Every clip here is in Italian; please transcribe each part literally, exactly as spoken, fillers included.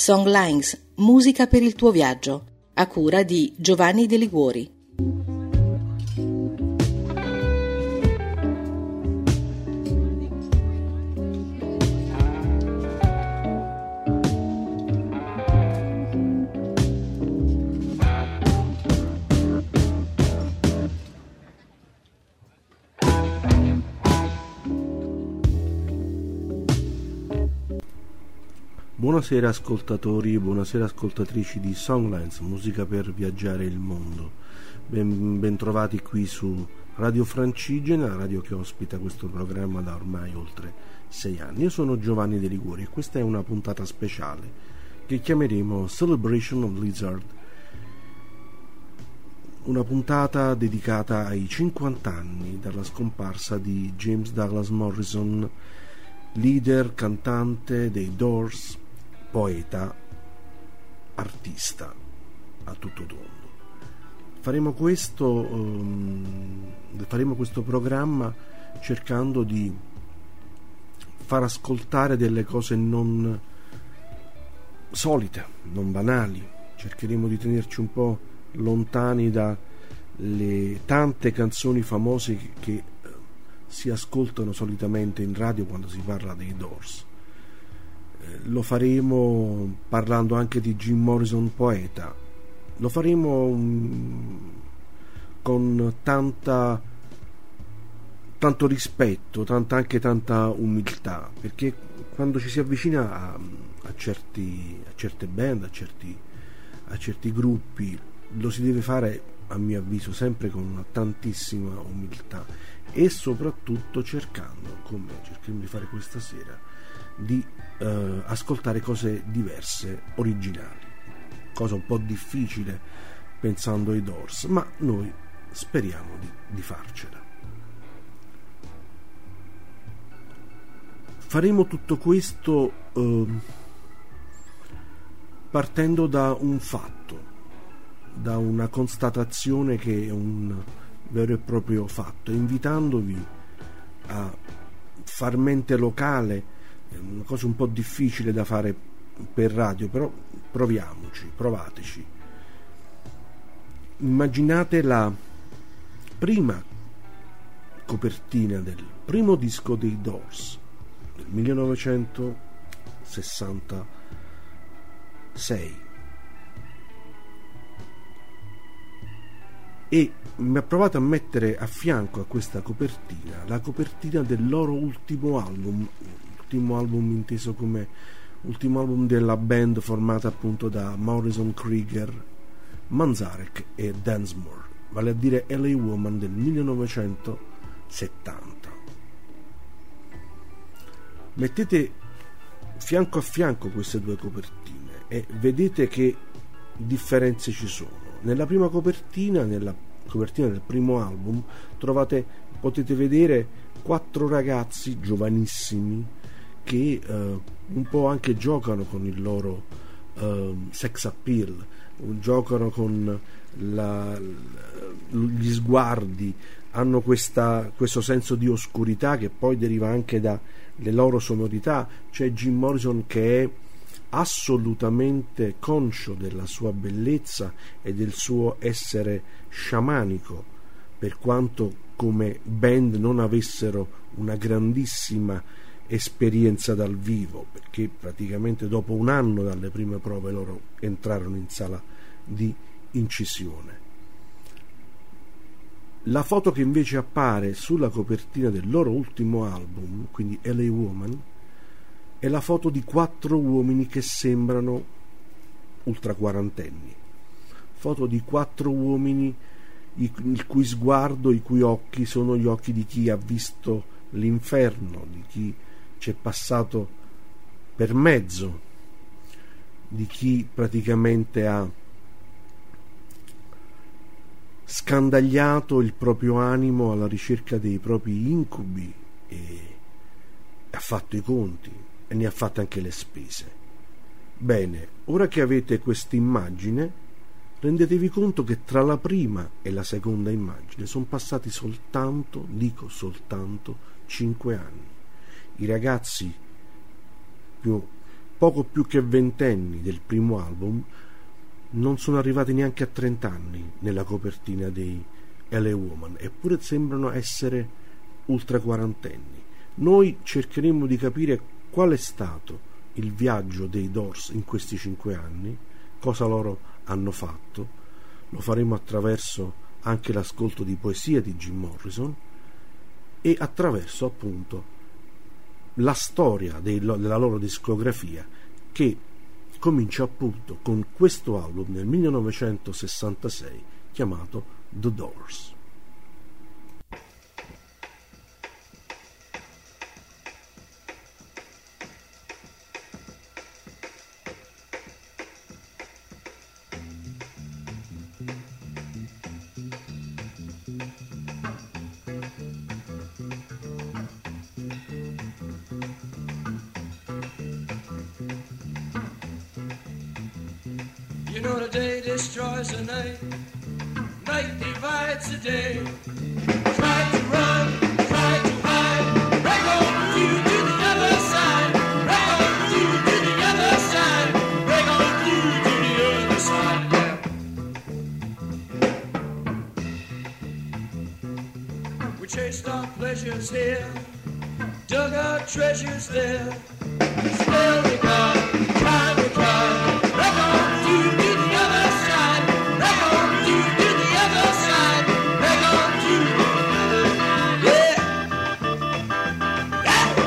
Songlines, musica per il tuo viaggio, a cura di Giovanni De Liguori. Buonasera ascoltatori, buonasera ascoltatrici di Songlines, musica per viaggiare il mondo. Ben, ben trovati qui su Radio Francigena, radio che ospita questo programma da ormai oltre sei anni. Io sono Giovanni De Liguori e questa è una puntata speciale che chiameremo Celebration of Lizard, una puntata dedicata ai cinquanta anni dalla scomparsa di James Douglas Morrison, leader, cantante dei Doors, poeta, artista a tutto tondo. Faremo questo um, faremo questo programma cercando di far ascoltare delle cose non solite, non banali. Cercheremo di tenerci un po' lontani dalle tante canzoni famose che, che si ascoltano solitamente in radio quando si parla dei Doors. Lo faremo parlando anche di Jim Morrison poeta, lo faremo um, con tanta tanto rispetto, tanta, anche tanta umiltà, perché quando ci si avvicina a, a, certi, a certe band, a certi, a certi gruppi, lo si deve fare, a mio avviso, sempre con una tantissima umiltà e soprattutto cercando, come cercheremo di fare questa sera, di eh, ascoltare cose diverse, originali, cosa un po' difficile pensando ai Doors, ma noi speriamo di, di farcela. Faremo tutto questo eh, partendo da un fatto, da una constatazione che è un vero e proprio fatto, invitandovi a far mente locale. È una cosa un po' difficile da fare per radio, però proviamoci, provateci. Immaginate la prima copertina del primo disco dei Doors del millenovecentosessantasei e provate a mettere a fianco a questa copertina la copertina del loro ultimo album, ultimo album inteso come ultimo album della band formata appunto da Morrison, Krieger, Manzarek e Densmore, vale a dire L A Woman del millenovecentosettanta. Mettete fianco a fianco queste due copertine e vedete che differenze ci sono. Nella prima copertina, nella copertina del primo album, trovate, potete vedere quattro ragazzi giovanissimi che eh, un po' anche giocano con il loro eh, sex appeal, giocano con la, gli sguardi, hanno questa, questo senso di oscurità che poi deriva anche dalle loro sonorità. C'è Jim Morrison che è assolutamente conscio della sua bellezza e del suo essere sciamanico, per quanto come band non avessero una grandissima esperienza dal vivo, perché praticamente dopo un anno dalle prime prove loro entrarono in sala di incisione. La foto che invece appare sulla copertina del loro ultimo album, quindi L A Woman, è la foto di quattro uomini che sembrano ultra quarantenni, foto di quattro uomini il cui sguardo, i cui occhi sono gli occhi di chi ha visto l'inferno, di chi c'è passato per mezzo, di chi praticamente ha scandagliato il proprio animo alla ricerca dei propri incubi e ha fatto i conti e ne ha fatte anche le spese. Bene, ora che avete questa immagine, rendetevi conto che tra la prima e la seconda immagine sono passati soltanto, dico soltanto, cinque anni. I ragazzi più poco più che ventenni del primo album, non sono arrivati neanche a trenta anni nella copertina dei L A Woman, eppure sembrano essere ultra quarantenni. Noi cercheremo di capire qual è stato il viaggio dei Doors in questi cinque anni, cosa loro hanno fatto. Lo faremo attraverso anche l'ascolto di poesia di Jim Morrison e attraverso appunto la storia dei, della loro discografia, che comincia appunto con questo album nel millenovecentosessantasei chiamato The Doors. You know the day destroys the night, night divides the day. Try to run, try to hide, break on you to the other side, break on you to the other side, break on you to the other side. Yeah. We chased our pleasures here, dug our treasures there, still we got time to cry, break on you to the other side, break on you to the other side, break on you, yeah, yeah.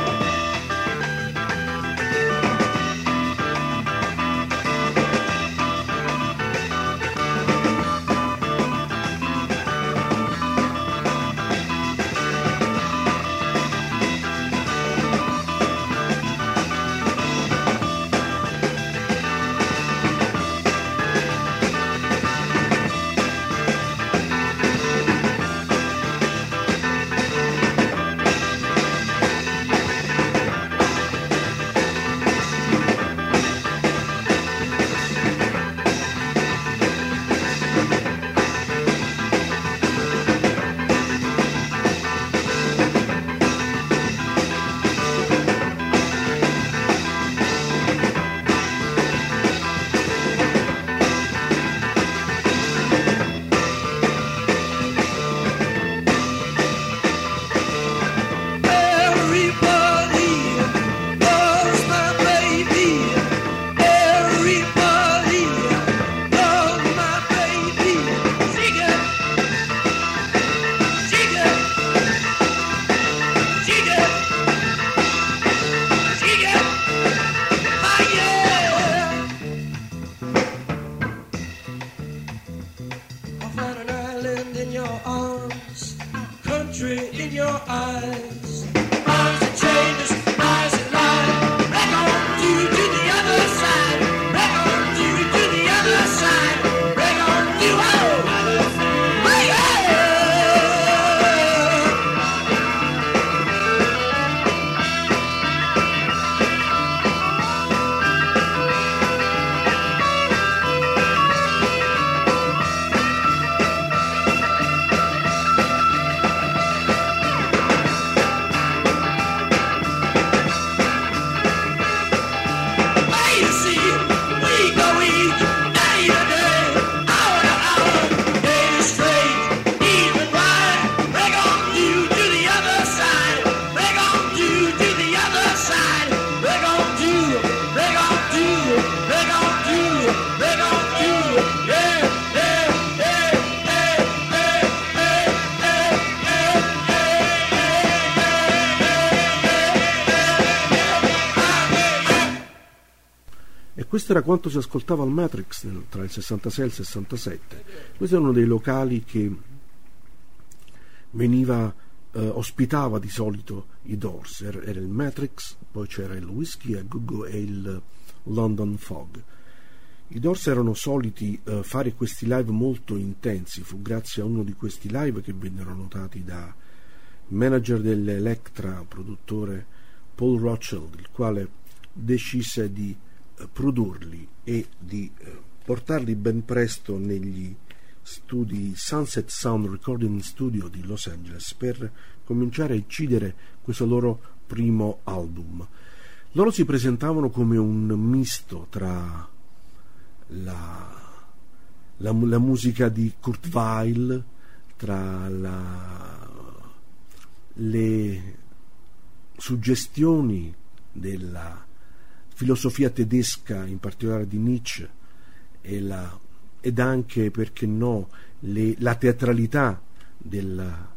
Questo era quanto si ascoltava al Matrix tra il sessantasei e il sessantasette. Questo è uno dei locali che veniva eh, ospitava di solito i Doors. Era, era il Matrix, poi c'era il Whiskey a Go-Go e il London Fog. I Doors erano soliti eh, fare questi live molto intensi. Fu grazie a uno di questi live che vennero notati da manager dell'Electra, produttore Paul Rothchild, il quale decise di produrli e di eh, portarli ben presto negli studi Sunset Sound Recording Studio di Los Angeles per cominciare a incidere questo loro primo album. Loro si presentavano come un misto tra la, la, la musica di Kurt Weill, tra la, le suggestioni della filosofia tedesca, in particolare di Nietzsche, e la, ed anche, perché no, le, la teatralità della,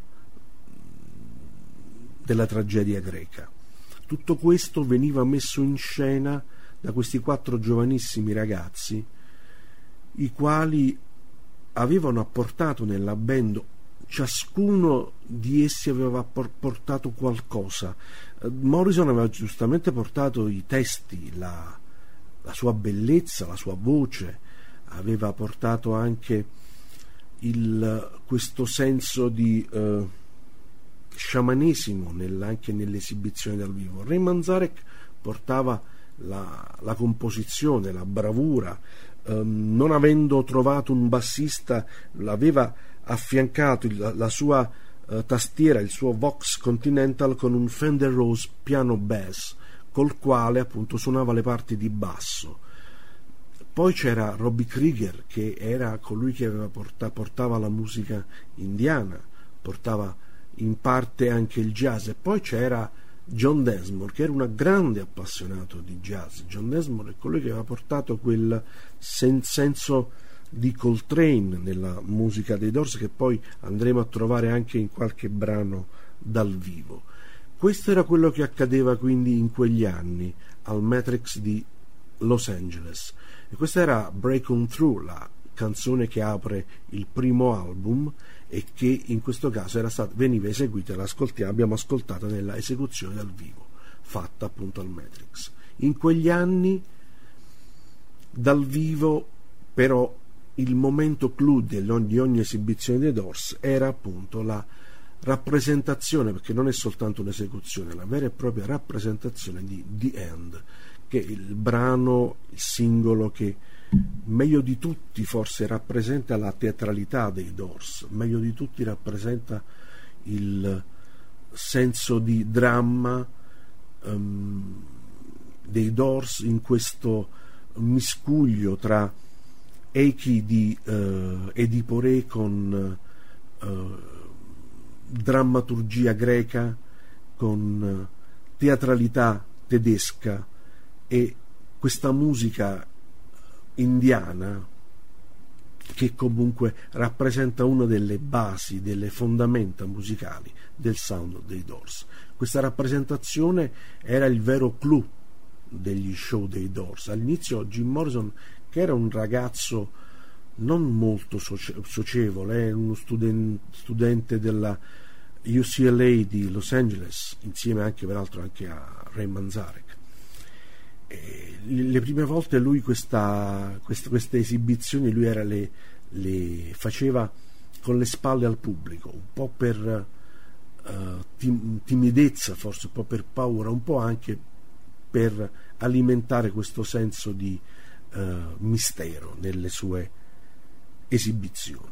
della tragedia greca. Tutto questo veniva messo in scena da questi quattro giovanissimi ragazzi, i quali avevano apportato nella band, ciascuno di essi aveva portato qualcosa. Morrison aveva giustamente portato i testi, la, la sua bellezza, la sua voce, aveva portato anche il, questo senso di eh, sciamanesimo nel, anche nell'esibizione dal vivo. Ray Manzarek portava la, la composizione, la bravura, ehm, non avendo trovato un bassista, l'aveva affiancato il, la, la sua eh, tastiera, il suo Vox Continental, con un Fender Rose piano bass, col quale appunto suonava le parti di basso. Poi c'era Robbie Krieger, che era colui che aveva porta, portava la musica indiana, portava in parte anche il jazz, e poi c'era John Densmore, che era un grande appassionato di jazz. John Densmore è colui che aveva portato quel sen- senso di Coltrane nella musica dei Doors, che poi andremo a trovare anche in qualche brano dal vivo. Questo era quello che accadeva quindi in quegli anni al Matrix di Los Angeles, e questa era Break On Through, la canzone che apre il primo album e che in questo caso era stata, veniva eseguita, l'ascoltiamo, abbiamo ascoltata nella esecuzione dal vivo fatta appunto al Matrix. In quegli anni dal vivo però il momento clou di ogni, ogni esibizione dei Doors era appunto la rappresentazione, perché non è soltanto un'esecuzione, la vera e propria rappresentazione di The End, che è il brano, il singolo che meglio di tutti forse rappresenta la teatralità dei Doors, meglio di tutti rappresenta il senso di dramma um, dei Doors in questo miscuglio tra echi di uh, Edipo Re con uh, drammaturgia greca, con uh, teatralità tedesca e questa musica indiana che comunque rappresenta una delle basi, delle fondamenta musicali del sound dei Doors. Questa rappresentazione era il vero clou degli show dei Doors. All'inizio Jim Morrison, che era un ragazzo non molto soci- socievole, eh, uno studen- studente della U C L A di Los Angeles, insieme anche peraltro anche a Ray Manzarek. E le prime volte lui questa, questa, queste esibizioni lui era le, le faceva con le spalle al pubblico, un po' per uh, tim- timidezza, forse un po' per paura, un po' anche per alimentare questo senso di uh, mistero nelle sue esibizioni.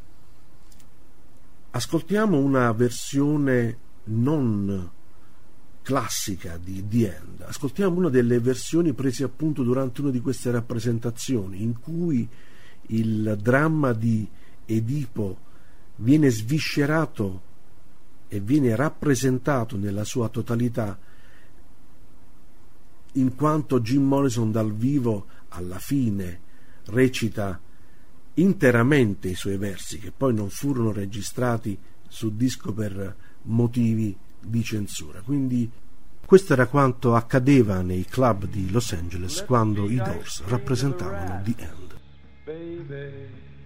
Ascoltiamo una versione non classica di The End, ascoltiamo una delle versioni prese appunto durante una di queste rappresentazioni, in cui il dramma di Edipo viene sviscerato e viene rappresentato nella sua totalità, in quanto Jim Morrison dal vivo alla fine recita interamente i suoi versi, che poi non furono registrati sul disco per motivi di censura. Quindi questo era quanto accadeva nei club di Los Angeles quando i Doors rappresentavano The End. Baby,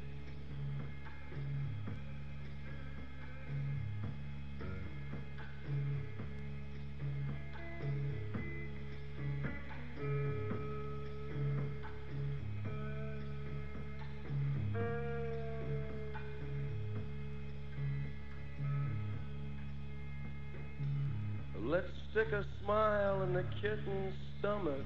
let's stick a smile in the kitten's stomach.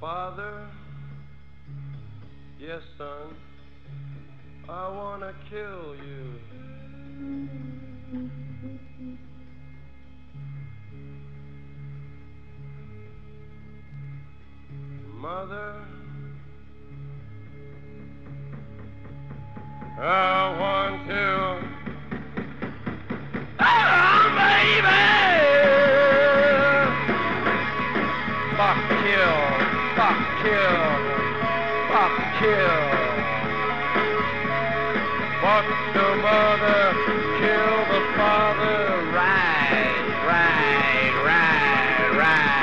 Father, yes, son, I wanna kill you. Mother, I want to. Oh, baby! Fuck, kill, fuck, kill, fuck, kill. Fuck the mother, kill the father. Right, right, right, right.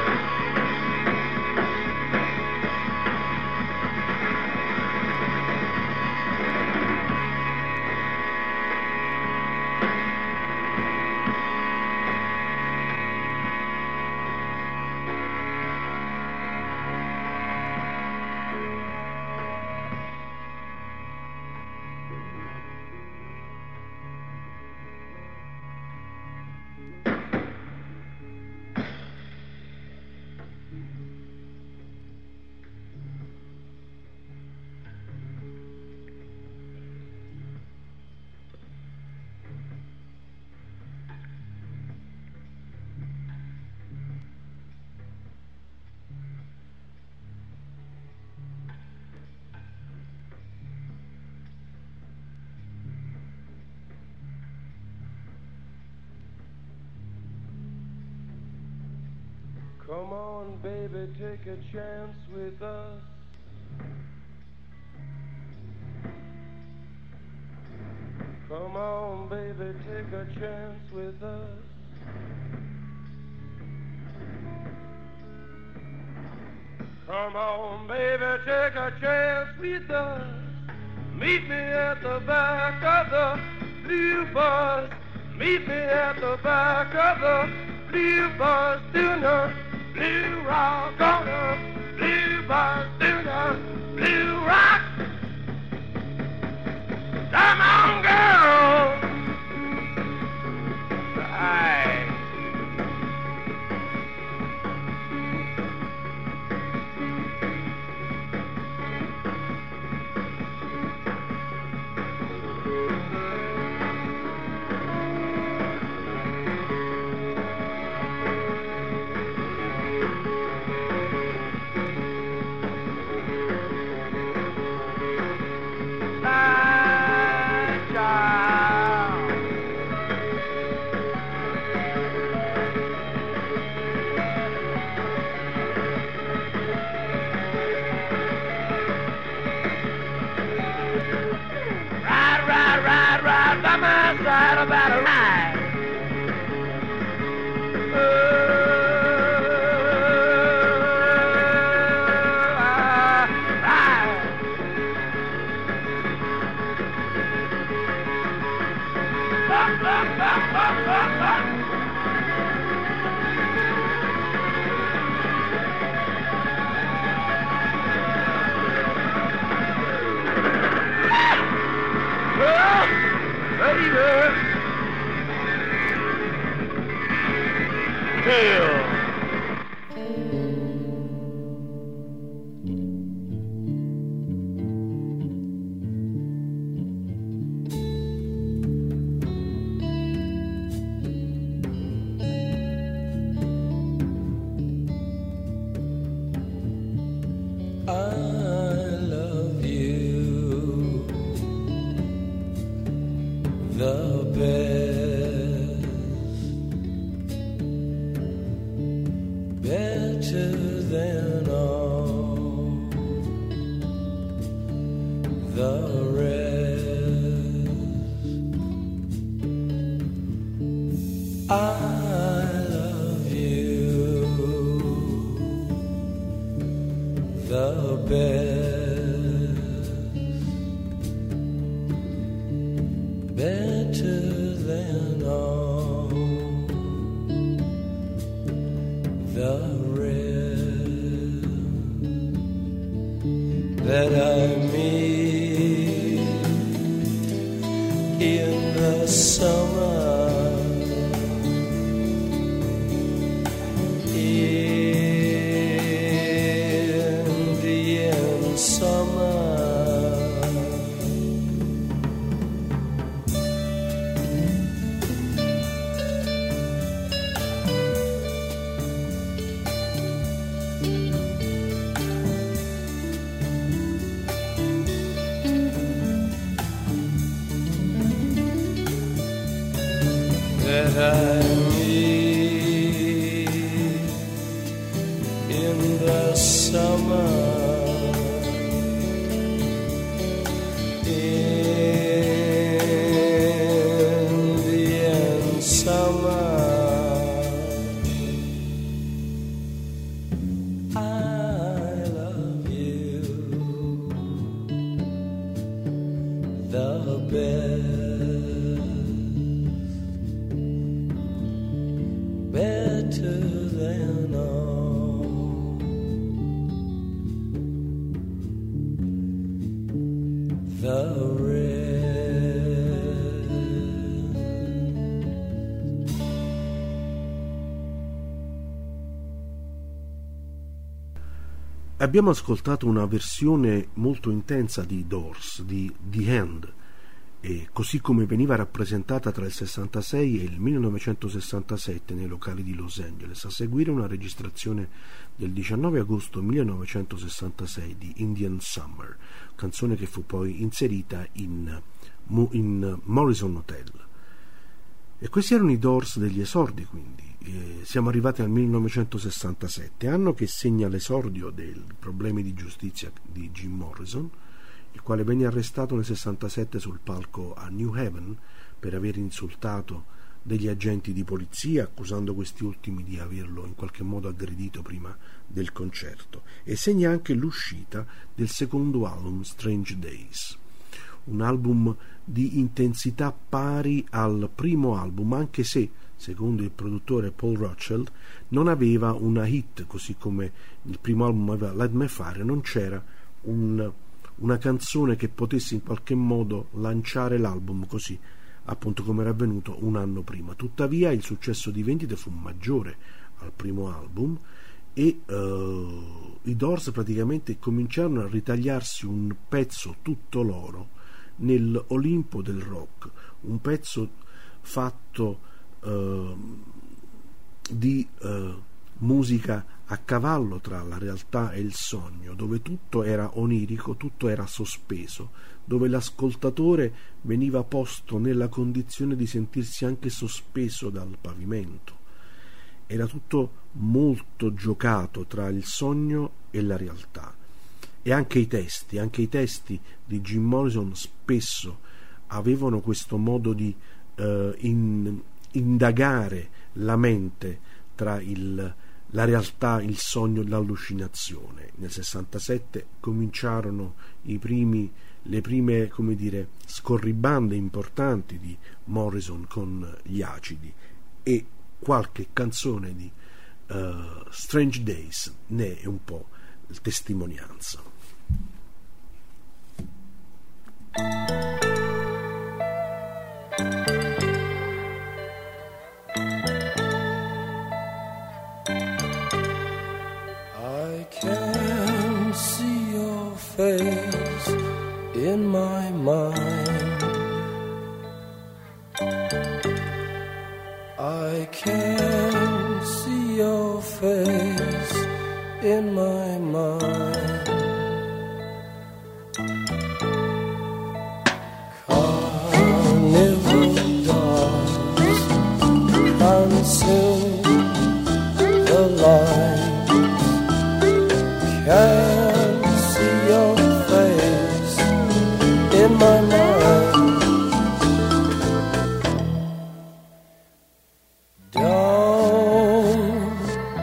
Come on, baby, take a chance with us. Come on, baby, take a chance with us. Come on, baby, take a chance with us. Meet me at the back of the blue bus. Meet me at the back of the blue bus. Do not Blue rock on a blue bus, do the blue rock. Come on, girl. Right. About a ride. Oh, ride. Oh, baby. Hell. time me in the summer, Indian summer. Abbiamo ascoltato una versione molto intensa di Doors, di The Hand, e così come veniva rappresentata tra il sessantasei e il millenovecentosessantasette nei locali di Los Angeles. A seguire una registrazione del diciannove agosto millenovecentosessantasei di Indian Summer, canzone che fu poi inserita in, in Morrison Hotel. E questi erano i Doors degli esordi, quindi. Eh, siamo arrivati al millenovecentosessantasette, anno che segna l'esordio dei problemi di giustizia di Jim Morrison, il quale venne arrestato nel sessantasette sul palco a New Haven per aver insultato degli agenti di polizia, accusando questi ultimi di averlo in qualche modo aggredito prima del concerto, e segna anche l'uscita del secondo album, Strange Days, un album di intensità pari al primo album, anche se secondo il produttore Paul Rothchild non aveva una hit, così come il primo album aveva Let Me Fare, non c'era un, una canzone che potesse in qualche modo lanciare l'album così, appunto come era avvenuto un anno prima. Tuttavia il successo di vendite fu maggiore al primo album e uh, i Doors praticamente cominciarono a ritagliarsi un pezzo tutto loro nell'Olimpo del rock, un pezzo fatto Uh, di uh, musica a cavallo tra la realtà e il sogno, dove tutto era onirico, tutto era sospeso, dove l'ascoltatore veniva posto nella condizione di sentirsi anche sospeso dal pavimento. Era tutto molto giocato tra il sogno e la realtà. E anche i testi, anche i testi di Jim Morrison spesso avevano questo modo di uh, in indagare la mente tra il, la realtà, il sogno e l'allucinazione. Nel sessantasette cominciarono i primi, le prime, come dire, scorribande importanti di Morrison con gli acidi, e qualche canzone di uh, Strange Days ne è un po' testimonianza. Face in my mind, I can see your face in my mind. Carnival dogs consume the lines. Can in my mind, don't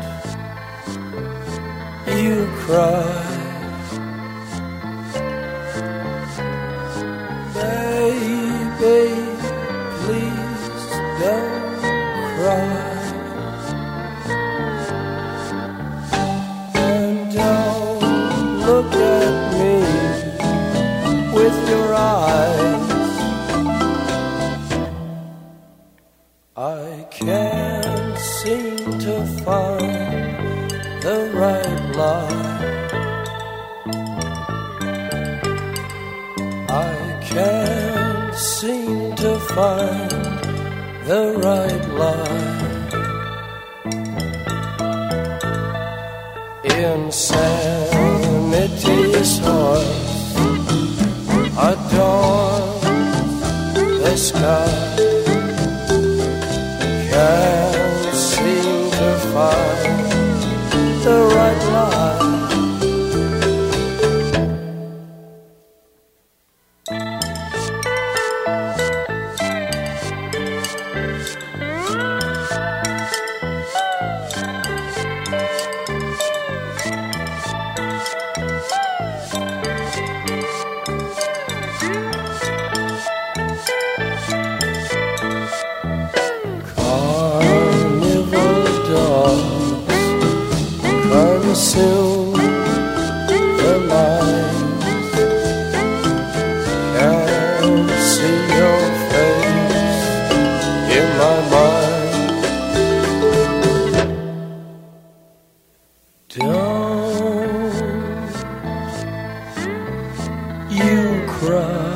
you cry, baby, please don't cry, and don't look at me with your eyes. I can't seem to find the right line. I can't seem to find the right line. Insanity's horse adorns the sky. consume the night. Can't see your face in my mind. Don't you cry,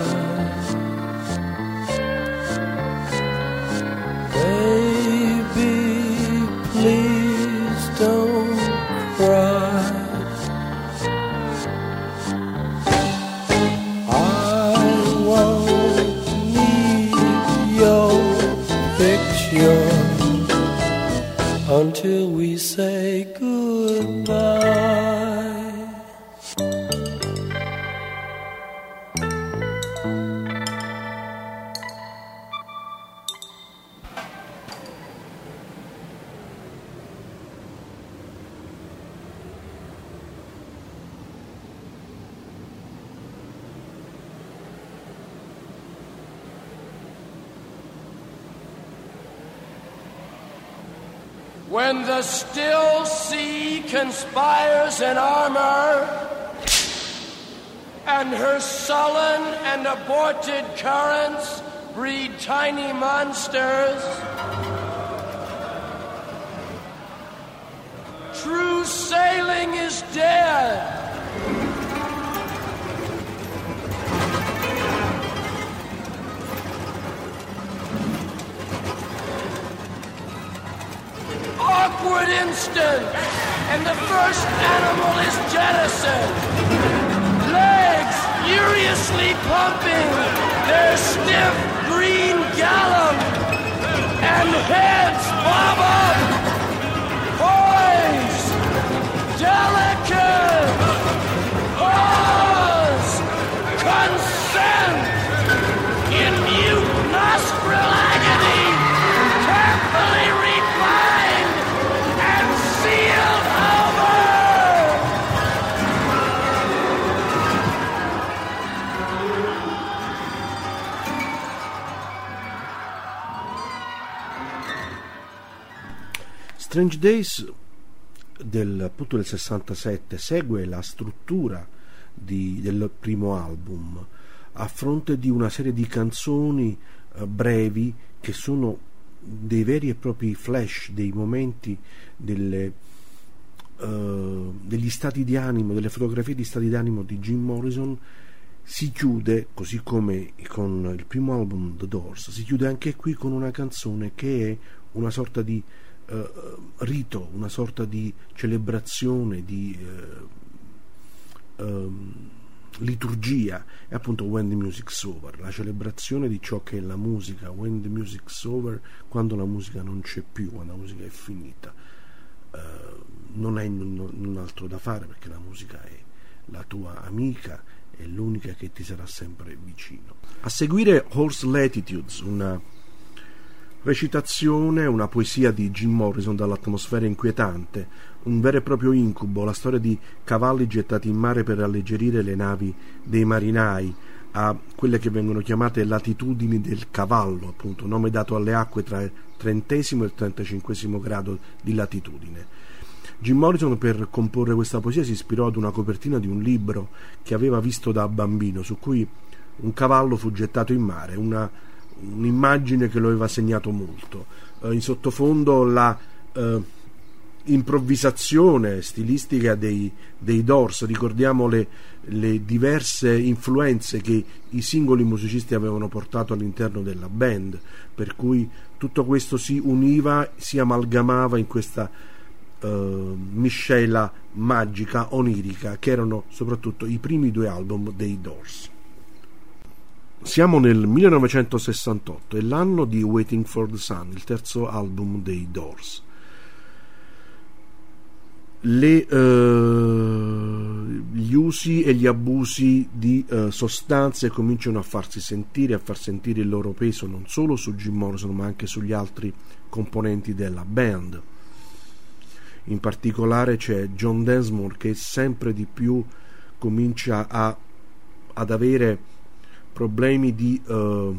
baby, please don't cry. I won't need your picture until we say goodbye. When the still sea conspires in armor, and her sullen and aborted currents breed tiny monsters, true sailing is dead. Awkward instant, and the first animal is jettisoned. Legs furiously pumping their stiff green gallop, and heads bob up, poised, delicate, pause, consent, in mute nostril agony, carefully refined and sealed over. Strange Days del, appunto del sessantasette segue la struttura di, del primo album, a fronte di una serie di canzoni eh, brevi che sono dei veri e propri flash, dei momenti, delle, uh, degli stati di animo, delle fotografie di stati di animo di Jim Morrison. Si chiude, così come con il primo album The Doors, si chiude anche qui con una canzone che è una sorta di uh, rito, una sorta di celebrazione, di uh, um, liturgia, è appunto When the Music's Over, la celebrazione di ciò che è la musica. When the Music's Over, quando la musica non c'è più, quando la musica è finita. Uh, non hai n- altro da fare, perché la musica è la tua amica, è l'unica che ti sarà sempre vicino. A seguire Horse Latitudes, una recitazione, una poesia di Jim Morrison dall'atmosfera inquietante, un vero e proprio incubo, la storia di cavalli gettati in mare per alleggerire le navi dei marinai, a quelle che vengono chiamate latitudini del cavallo, appunto, nome dato alle acque tra il trentesimo e il trentacinquesimo grado di latitudine. Jim Morrison, per comporre questa poesia, si ispirò ad una copertina di un libro che aveva visto da bambino, su cui un cavallo fu gettato in mare, una, un'immagine che lo aveva segnato molto. Eh, in sottofondo la eh, improvvisazione stilistica dei, dei Doors, ricordiamo le, le diverse influenze che i singoli musicisti avevano portato all'interno della band, per cui tutto questo si univa, si amalgamava in questa uh, miscela magica, onirica, che erano soprattutto i primi due album dei Doors. Siamo nel millenovecentosessantotto, è l'anno di Waiting for the Sun, il terzo album dei Doors. Le, uh, gli usi e gli abusi di uh, sostanze cominciano a farsi sentire, a far sentire il loro peso non solo su Jim Morrison ma anche sugli altri componenti della band. In particolare c'è John Densmore, che sempre di più comincia a, ad avere problemi di uh,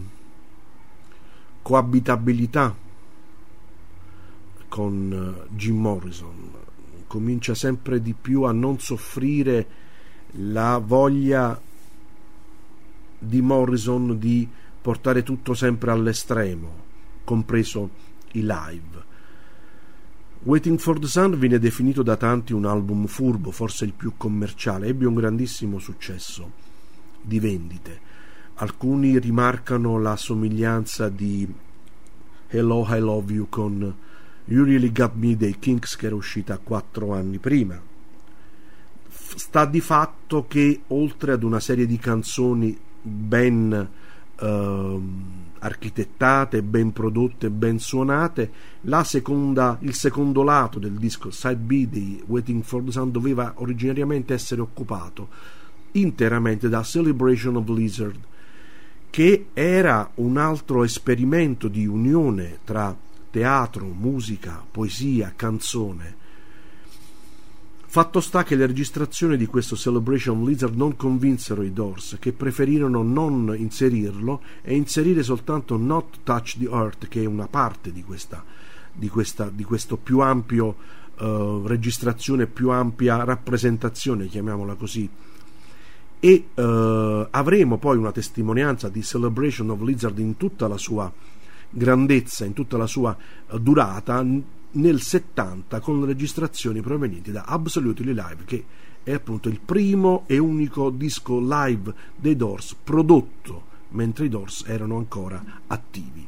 coabitabilità con uh, Jim Morrison. comincia sempre di più a non soffrire la voglia di Morrison di portare tutto sempre all'estremo, compreso i live. Waiting for the Sun viene definito da tanti un album furbo, forse il più commerciale, ebbe un grandissimo successo di vendite. Alcuni rimarcano la somiglianza di Hello I Love You con You Really Got Me dei Kinks, che era uscita quattro anni prima. Sta di fatto che oltre ad una serie di canzoni ben eh, architettate, ben prodotte, ben suonate, la seconda, il secondo lato del disco, Side B di Waiting for the Sun, doveva originariamente essere occupato interamente da Celebration of Lizard, che era un altro esperimento di unione tra teatro, musica, poesia, canzone. Fatto sta che le registrazioni di questo Celebration of Lizard non convinsero i Doors, che preferirono non inserirlo e inserire soltanto Not Touch the Earth, che è una parte di questa, di questa, di questo più ampio uh, registrazione, più ampia rappresentazione, chiamiamola così. E uh, avremo poi una testimonianza di Celebration of Lizard in tutta la sua grandezza, in tutta la sua uh, durata nel settanta, con registrazioni provenienti da Absolutely Live, che è appunto il primo e unico disco live dei Doors prodotto mentre i Doors erano ancora attivi.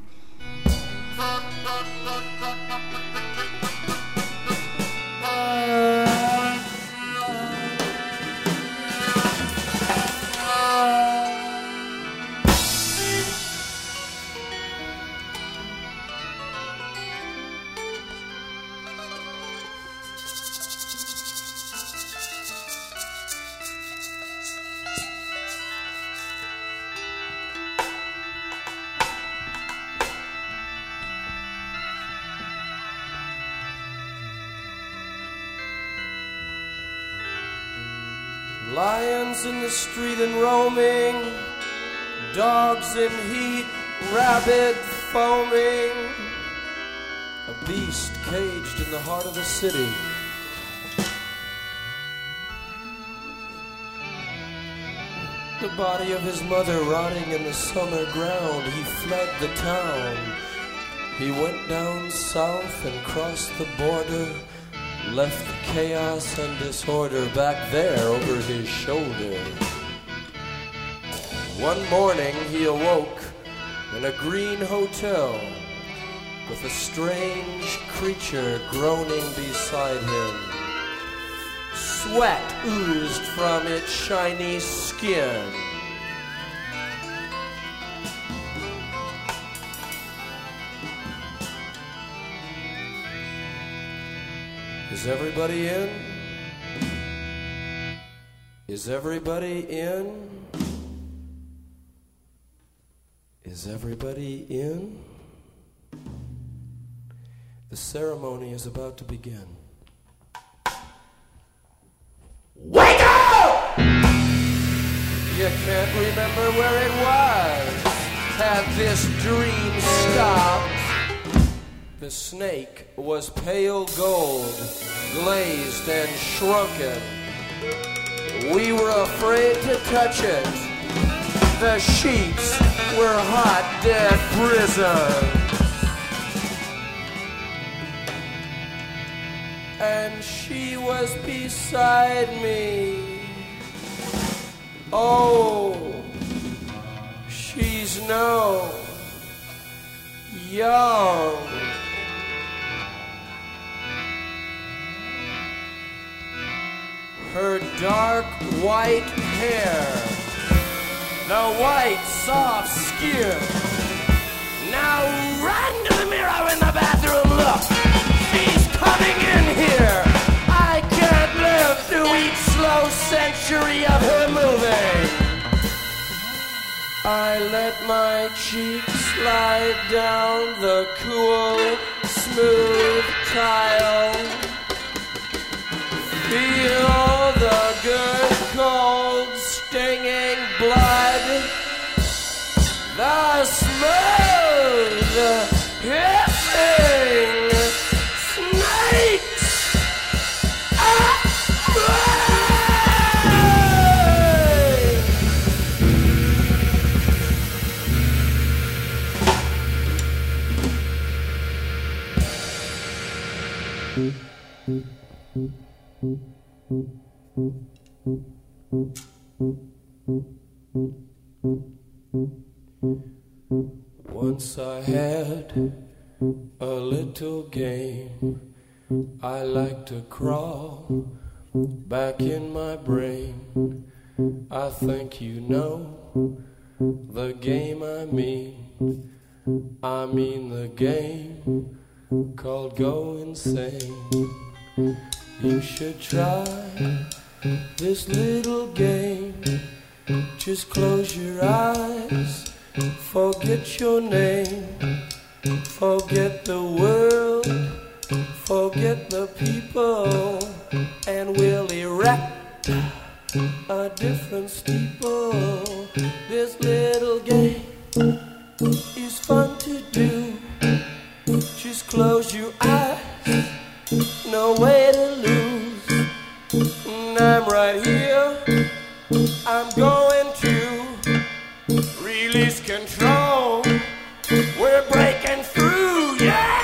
Lions in the street and roaming, dogs in heat, rabid foaming, a beast caged in the heart of the city. The body of his mother rotting in the summer ground, he fled the town. He went down south and crossed the border, left the chaos and disorder back there over his shoulder. One morning he awoke in a green hotel with a strange creature groaning beside him. Sweat oozed from its shiny skin. Is everybody in? Is everybody in? Is everybody in? The ceremony is about to begin. Wake up! You can't remember where it was. Had this dream stopped? The snake was pale gold, glazed and shrunken. We were afraid to touch it. The sheets were hot, dead prisons. And she was beside me. Oh, she's no young. Her dark white hair, the white soft skin. Now run to the mirror in the bathroom, look, she's coming in here. I can't live through each slow century of her moving. I let my cheeks slide down the cool, smooth tile. Feel the good, cold, stinging blood. The smooth, hissing snakes. Once I had a little game. I like to crawl back in my brain. I think you know the game I mean. I mean the game called Go Insane. You should try this little game. Just close your eyes, forget your name, forget the world, forget the people, and we'll erect a different steeple. This little game is fun to do. Just close your eyes, no way to lose. And I'm right here, I'm going to release control. We're breaking through, yeah!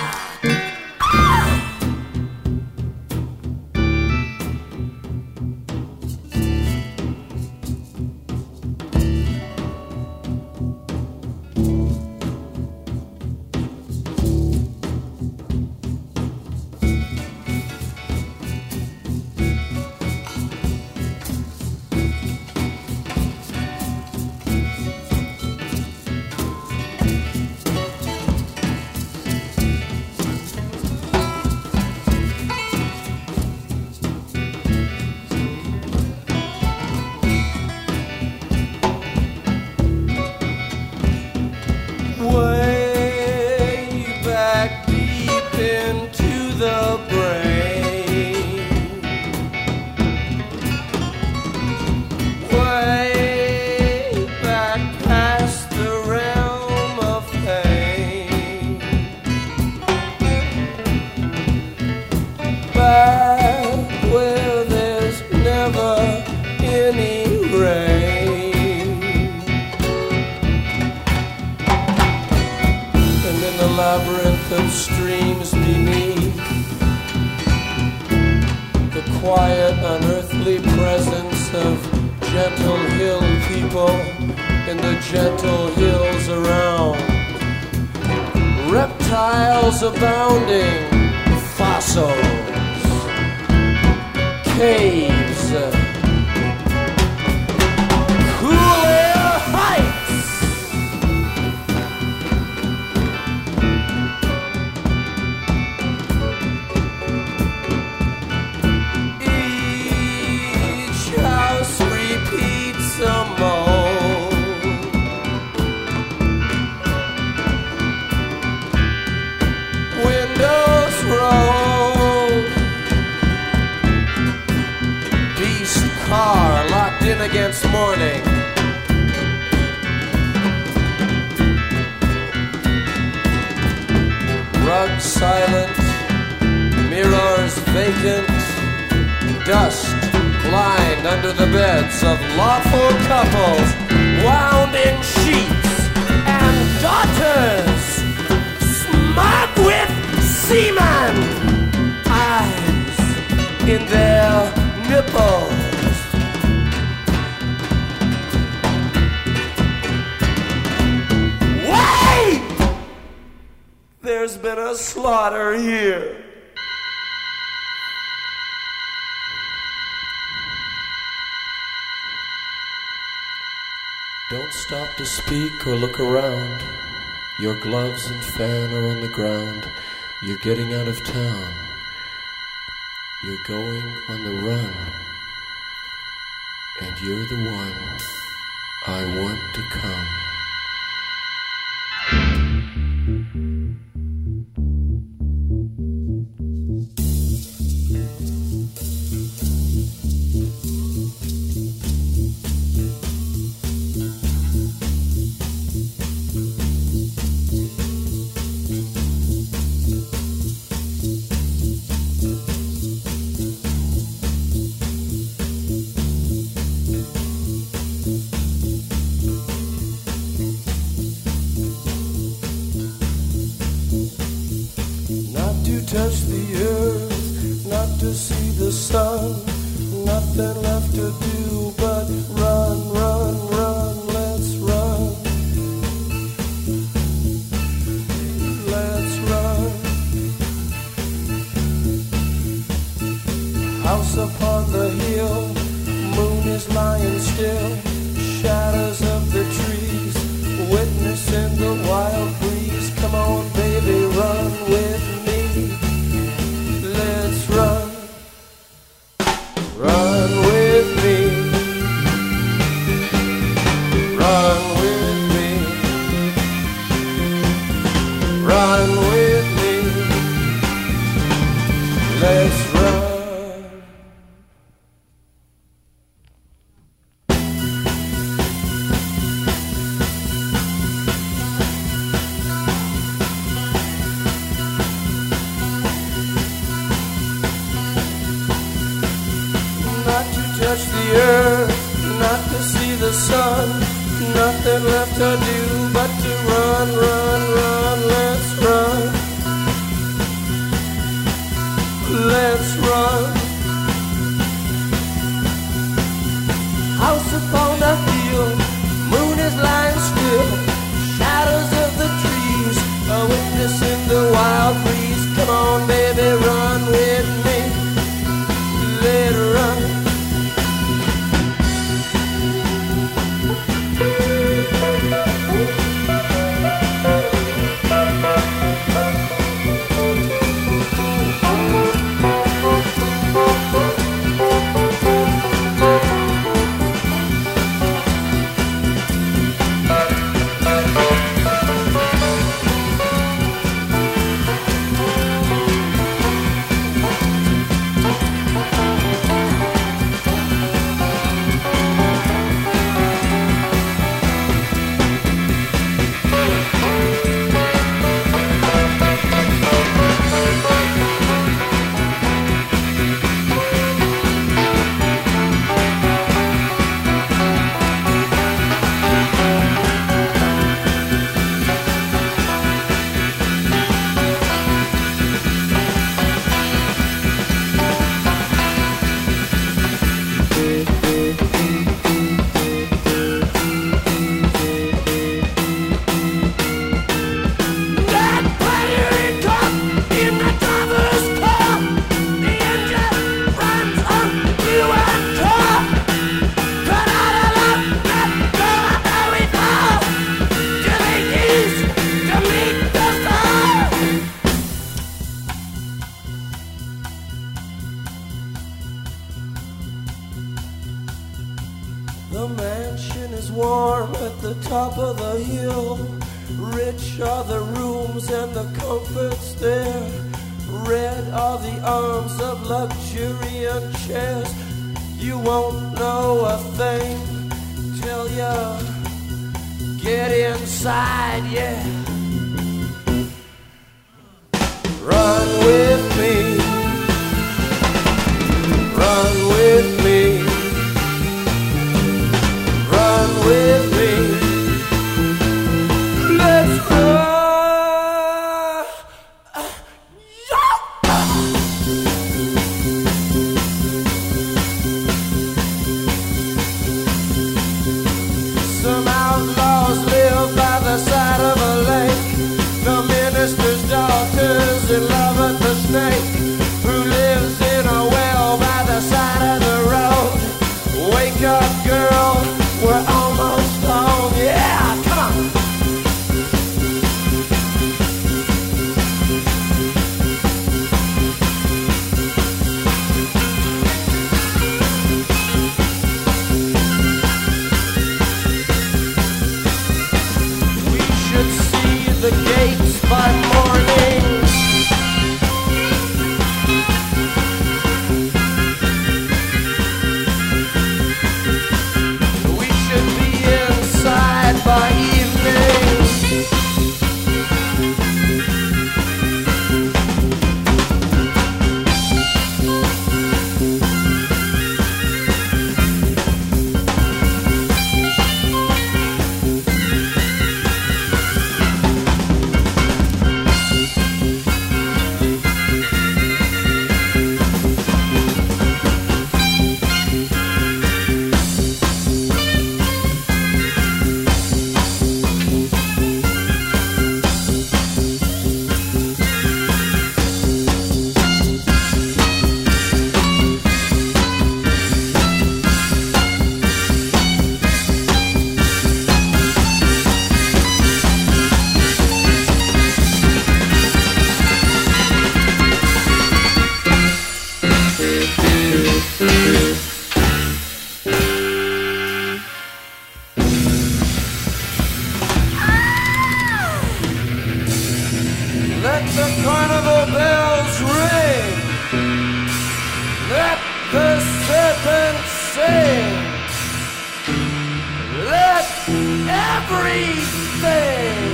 Against morning. Rug silent, mirrors vacant, dust blind under the beds of lawful couples, wound in sheets, and daughters smug with semen, eyes in their nipples. There's been a slaughter here. Don't stop to speak or look around. Your gloves and fan are on the ground. You're getting out of town. You're going on the run. And you're the one I want to come. House upon the hill, moon is lying still, shadows of the trees, witnessing the wild breeze. Come on, baby, run with me. Let's run, run with me, run with me, run with me. Let's run. Touch the earth, not to see the sun, nothing left to do but to run, run, run, let's run. Let's run. House upon the hill, moon is lying still, shadows of the trees, a witness in the wild breeze. Come on, baby, run with me. Let her run. The mansion is warm at the top of the hill. Rich are the rooms and the comforts there. Red are the arms of luxuriant chairs. You won't know a thing till you get inside, yeah. Run with me, run with me, run with me. Let's run. Some outlaws live by the side of a lake. The minister's daughter's in love with the snake, who lives in a well by the side of the road. Wake up, girl, we're almost home. Yeah, come on. We should see the gates by morning. We should be inside by evening. Let the carnival bells ring. Let the serpents sing. Let everything.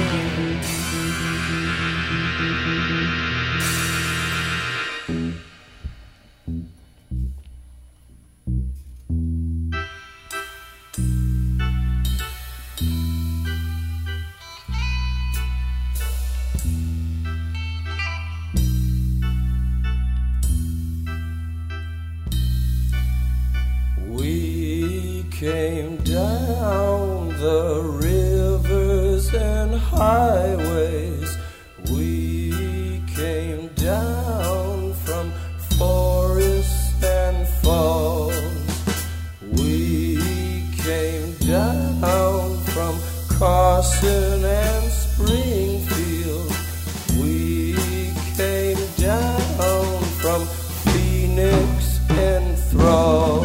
Came down the rivers and highways. We came down from forests and falls. We came down from Carson and Springfield. We came down from Phoenix and Thrall.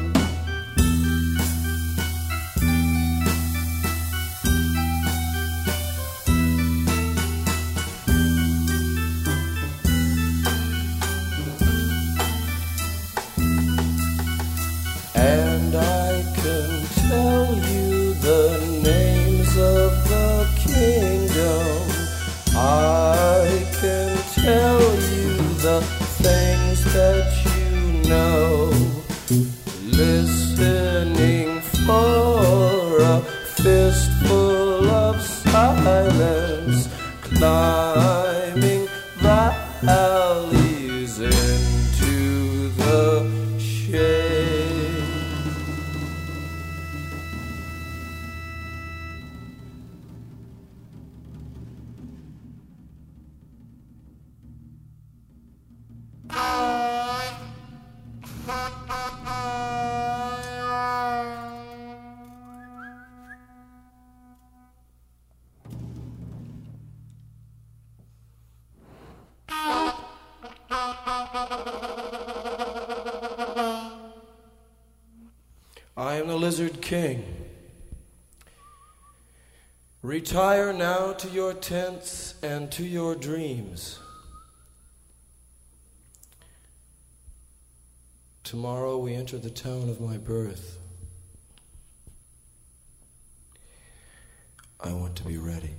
And I can tell you the names of the kingdom. I can tell you the things that you know. Listening for a fistful of silence, climbing valleys into the shade. I am the Lizard King. Retire now to your tents and to your dreams. Tomorrow we enter the town of my birth. I want to be ready.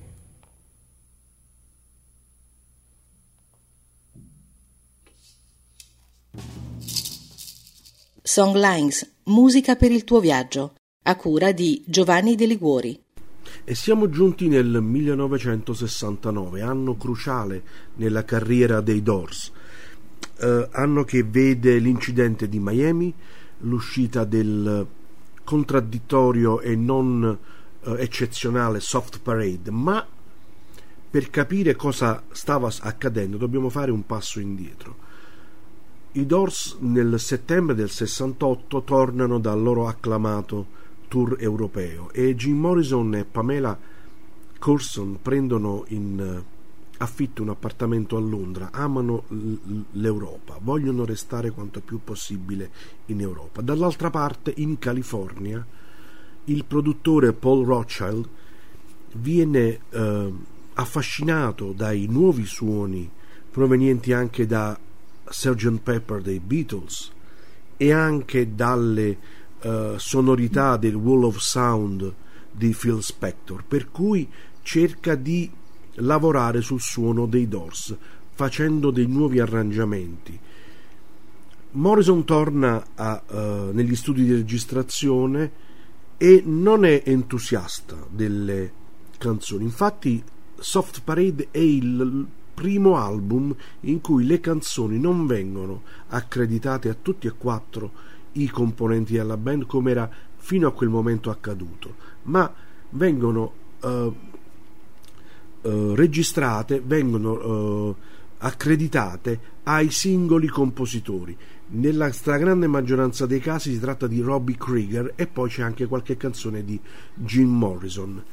Songlines, musica per il tuo viaggio, a cura di Giovanni De Liguori. E siamo giunti nel millenovecentosessantanove, anno cruciale nella carriera dei Doors, eh, anno che vede l'incidente di Miami, l'uscita del contraddittorio e non eh, eccezionale Soft Parade, ma per capire cosa stava accadendo dobbiamo fare un passo indietro. I Doors nel settembre del sessantotto tornano dal loro acclamato tour europeo e Jim Morrison e Pamela Curson prendono in affitto un appartamento a Londra, amano l'Europa, vogliono restare quanto più possibile in Europa. Dall'altra parte, in California, il produttore Paul Rothchild viene eh, affascinato dai nuovi suoni provenienti anche da sergeant Pepper dei Beatles e anche dalle uh, sonorità del Wall of Sound di Phil Spector, per cui cerca di lavorare sul suono dei Doors facendo dei nuovi arrangiamenti. Morrison torna a, uh, negli studi di registrazione e non è entusiasta delle canzoni. Infatti Soft Parade è il primo album in cui le canzoni non vengono accreditate a tutti e quattro i componenti della band come era fino a quel momento accaduto, ma vengono uh, uh, registrate, vengono uh, accreditate ai singoli compositori. Nella stragrande maggioranza dei casi si tratta di Robbie Krieger e poi c'è anche qualche canzone di Jim Morrison.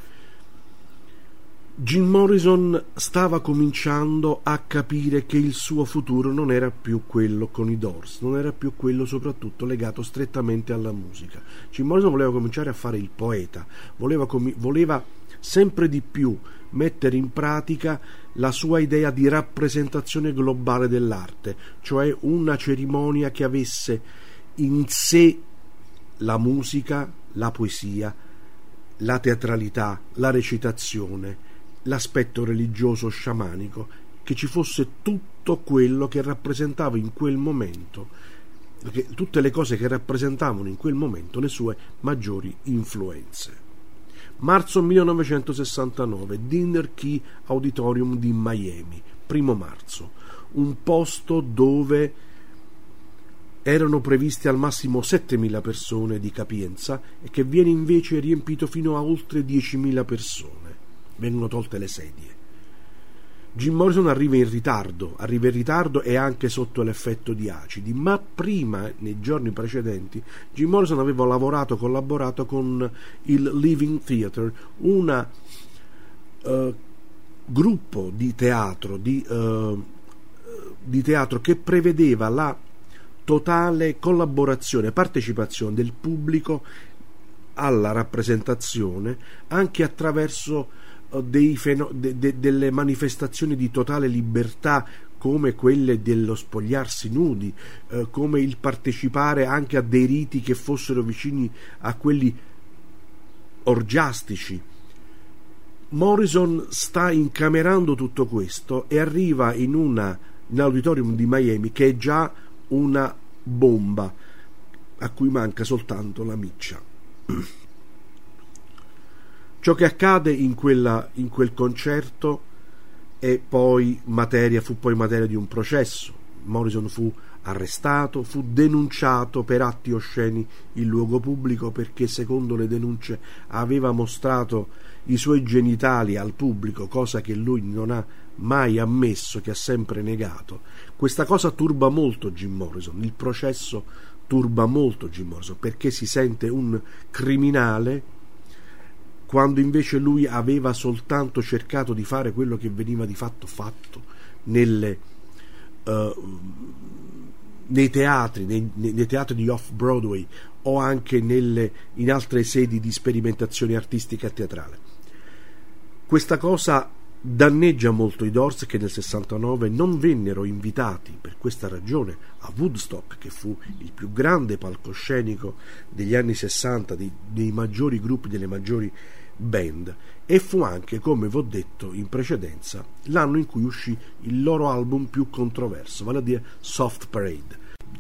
Jim Morrison stava cominciando a capire che il suo futuro non era più quello con i Doors, non era più quello soprattutto legato strettamente alla musica. Jim Morrison voleva cominciare a fare il poeta, voleva, com- voleva sempre di più mettere in pratica la sua idea di rappresentazione globale dell'arte, cioè una cerimonia che avesse in sé la musica, la poesia, la teatralità, la recitazione, l'aspetto religioso sciamanico, che ci fosse tutto quello che rappresentava in quel momento, che, tutte le cose che rappresentavano in quel momento le sue maggiori influenze. Marzo millenovecentosessantanove, Dinner Key Auditorium di Miami, primo marzo, un posto dove erano previste al massimo settemila persone di capienza e che viene invece riempito fino a oltre diecimila persone. Vengono tolte le sedie. Jim Morrison arriva in ritardo, arriva in ritardo e anche sotto l'effetto di acidi, ma prima, nei giorni precedenti, Jim Morrison aveva lavorato, collaborato con il Living Theatre, un uh, gruppo di teatro, di, uh, di teatro che prevedeva la totale collaborazione e partecipazione del pubblico alla rappresentazione anche attraverso dei feno- de- de- delle manifestazioni di totale libertà, come quelle dello spogliarsi nudi, eh, come il partecipare anche a dei riti che fossero vicini a quelli orgiastici. Morrison sta incamerando tutto questo e arriva in una in auditorium di Miami che è già una bomba a cui manca soltanto la miccia. Ciò che accade in, quella, in quel concerto è poi materia, fu poi materia di un processo. Morrison fu arrestato, fu denunciato per atti osceni in luogo pubblico perché, secondo le denunce, aveva mostrato i suoi genitali al pubblico, cosa che lui non ha mai ammesso, che ha sempre negato. Questa cosa turba molto Jim Morrison, il processo turba molto Jim Morrison perché si sente un criminale quando invece lui aveva soltanto cercato di fare quello che veniva di fatto fatto nelle, uh, nei teatri, nei, nei teatri di off-Broadway o anche nelle, in altre sedi di sperimentazione artistica e teatrale. Questa cosa danneggia molto i Doors, che nel sessantanove non vennero invitati per questa ragione a Woodstock, che fu il più grande palcoscenico degli anni sessanta, dei, dei maggiori gruppi, delle maggiori band, e fu anche, come vi ho detto in precedenza, l'anno in cui uscì il loro album più controverso, vale a dire Soft Parade.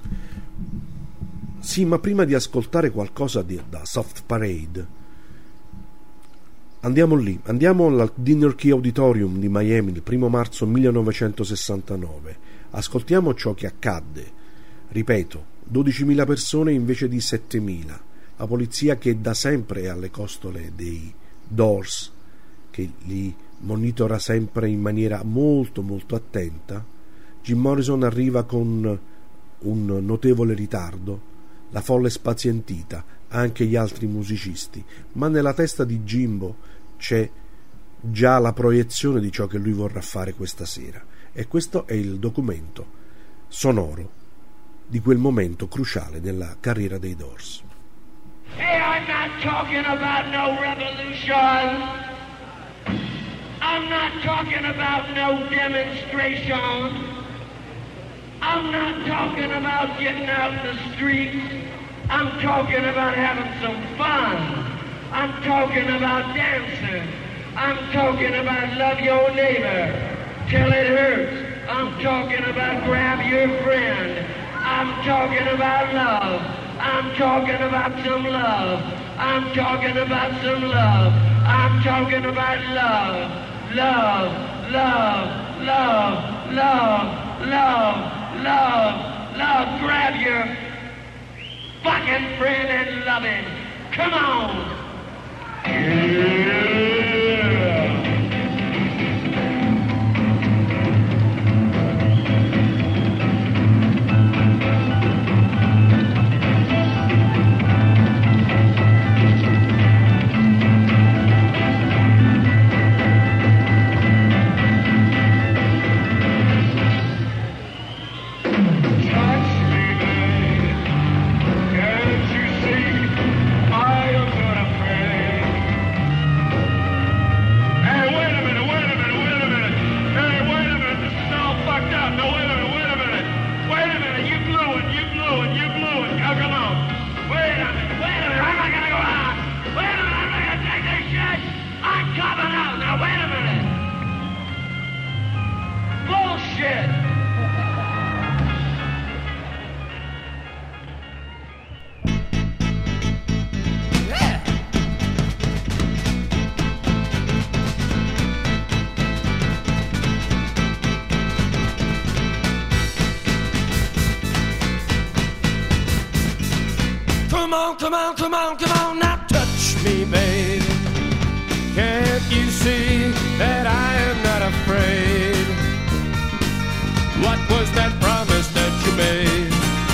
Sì, ma prima di ascoltare qualcosa di, da Soft Parade, andiamo lì, andiamo al Dinner Key Auditorium di Miami il primo marzo millenovecentosessantanove, ascoltiamo ciò che accadde. Ripeto, dodicimila persone invece di settemila, la polizia che da sempre è alle costole dei Doors, che li monitora sempre in maniera molto molto attenta. Jim Morrison arriva con un notevole ritardo, la folla è spazientita, anche gli altri musicisti, ma nella testa di Jimbo c'è già la proiezione di ciò che lui vorrà fare questa sera, e questo è il documento sonoro di quel momento cruciale nella carriera dei Doors. Hey, I'm not talking about no revolution. I'm not talking about no demonstration. I'm not talking about getting out in the streets. I'm talking about having some fun. I'm talking about dancing. I'm talking about love your neighbor till it hurts. I'm talking about grab your friend. I'm talking about love. I'm talking about some love. I'm talking about some love. I'm talking about love. Love, love, love, love, love, love, love. Grab your fucking friend and love him. Come on. Yeah. on, come on, come on, come on, now touch me, babe. Can't you see that I am not afraid? What was that promise that you made?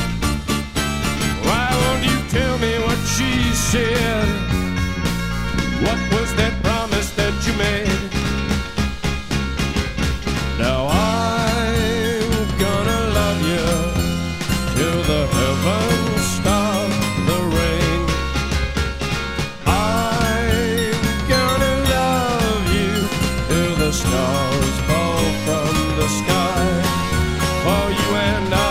Why won't you tell me what she said? What was that promise that you made? Now I'm gonna love you till the heavens stop the rain. I'm gonna love you till the stars fall from the sky for you and I.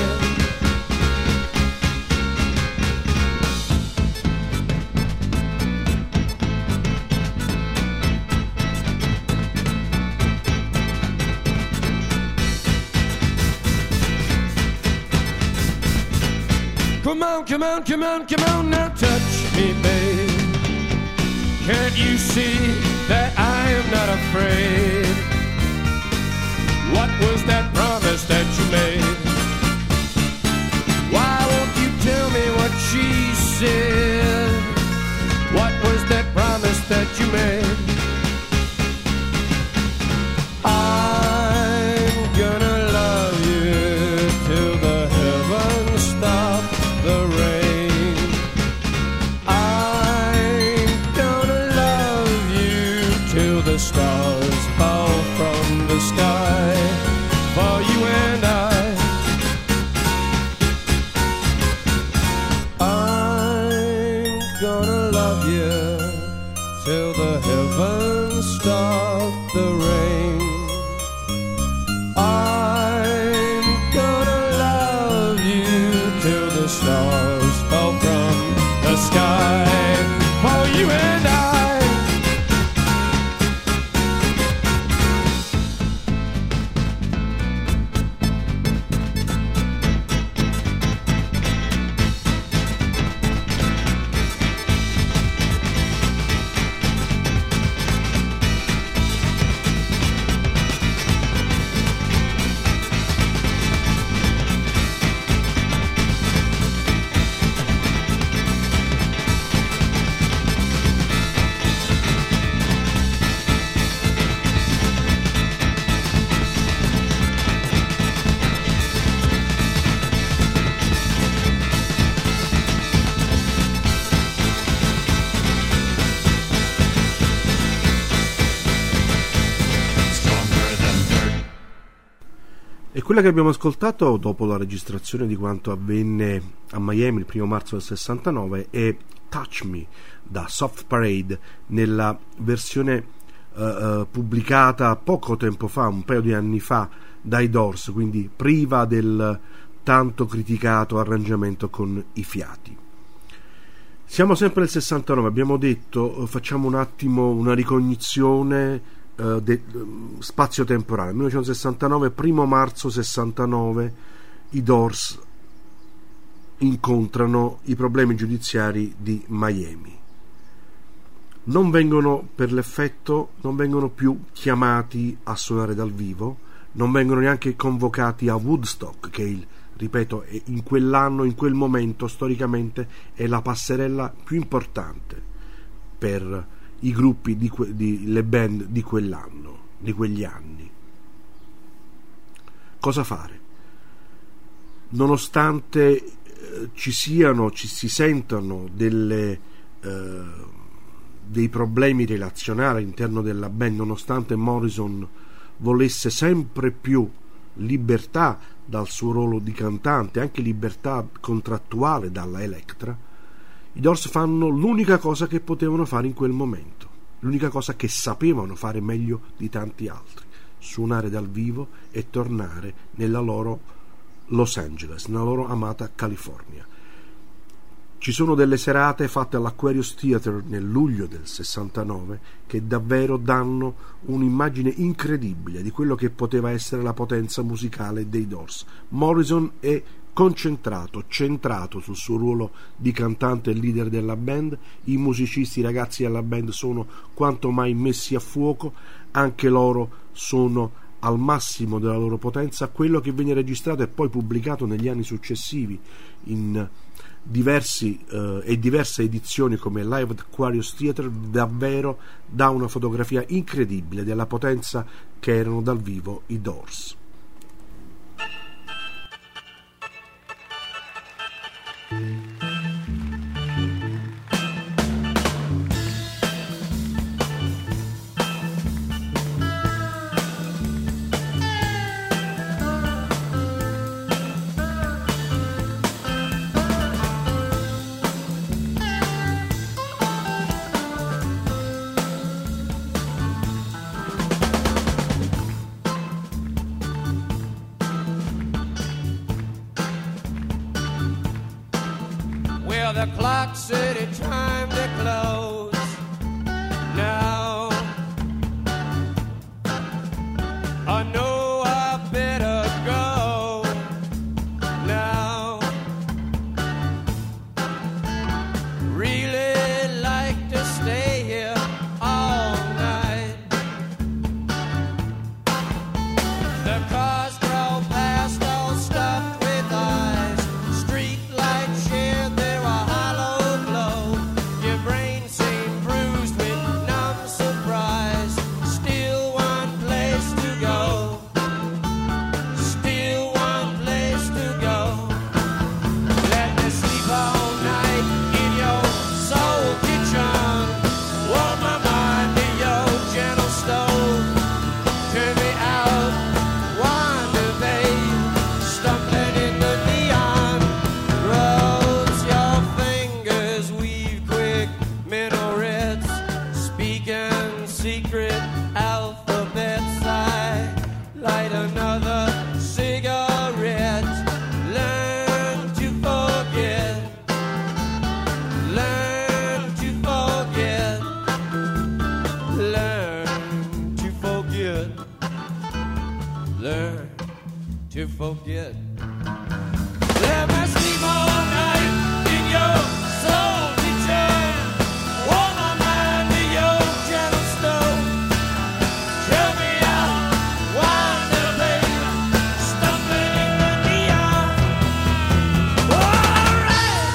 Come on, come on, come on, come on, now touch me, babe. Can't you see that I am not afraid? What was that promise that you made? Why won't you tell me what she said? What was that promise that you made? I'm gonna love you till the heavens stop the rain. I'm gonna love you till the stars fall from the sky for you and I. I'm gonna love you till the heavens stop the rain. I'm gonna love you till the stars fall from the sky for you and I. E quella che abbiamo ascoltato dopo la registrazione di quanto avvenne a Miami il primo marzo del sessantanove è Touch Me da Soft Parade nella versione uh, uh, pubblicata poco tempo fa, un paio di anni fa, dai Doors, quindi priva del tanto criticato arrangiamento con i fiati. Siamo sempre nel sessantanove, abbiamo detto, facciamo un attimo una ricognizione uh, de, uh, spazio-temporale. millenovecentosessantanove, primo marzo sessantanove, i Doors incontrano i problemi giudiziari di Miami. Non vengono, per l'effetto, non vengono più chiamati a suonare dal vivo, non vengono neanche convocati a Woodstock, che è il, ripeto, è in quell'anno, in quel momento, storicamente, è la passerella più importante per i gruppi, di, que, di le band di quell'anno, di quegli anni. Cosa fare? Nonostante eh, ci siano, ci si sentano delle... Eh, dei problemi relazionali all'interno della band, nonostante Morrison volesse sempre più libertà dal suo ruolo di cantante, anche libertà contrattuale dalla Elektra, i Doors fanno l'unica cosa che potevano fare in quel momento, l'unica cosa che sapevano fare meglio di tanti altri: suonare dal vivo e tornare nella loro Los Angeles, nella loro amata California. Ci sono delle serate fatte all'Aquarius Theatre nel luglio del sessantanove che davvero danno un'immagine incredibile di quello che poteva essere la potenza musicale dei Doors. Morrison è concentrato, centrato sul suo ruolo di cantante e leader della band, i musicisti, i ragazzi della band sono quanto mai messi a fuoco, anche loro sono al massimo della loro potenza. Quello che viene registrato e poi pubblicato negli anni successivi in diversi eh, e diverse edizioni come Live at Aquarius Theatre davvero dà una fotografia incredibile della potenza che erano dal vivo i Doors. The clock said it's time to close now. I know I better go now. Really like to stay here all night. The cars drove past all stuffed with eyes. Street lights shared their to forget. Let me sleep all night in your salty chair. Warm my mind to your gentle stove. Tell me out, wind the babe, stumbling in the neon. All right.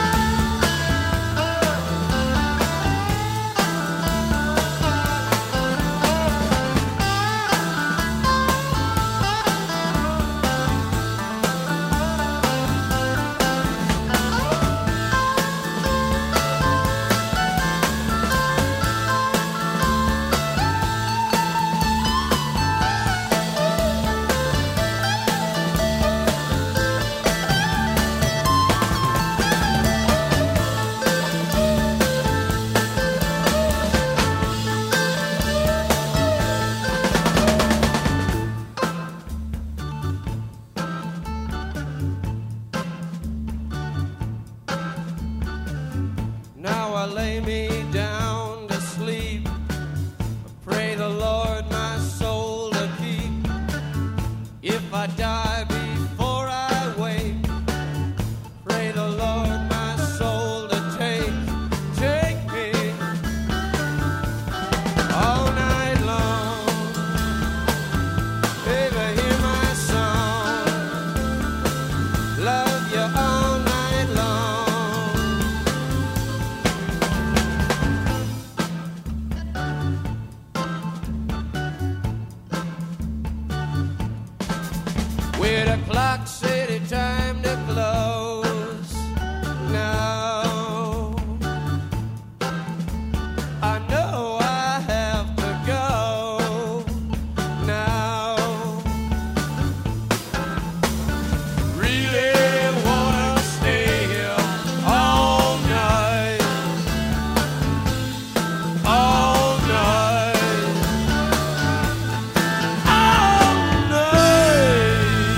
Lay me down to sleep. I pray the Lord my soul to keep. If I die before I wake, pray the Lord my soul to take, take me all night long. Baby, hear my song, love you all night long. Where the clock said it's time to close now. I know I have to go now. Really wanna stay here all night, all night, all night.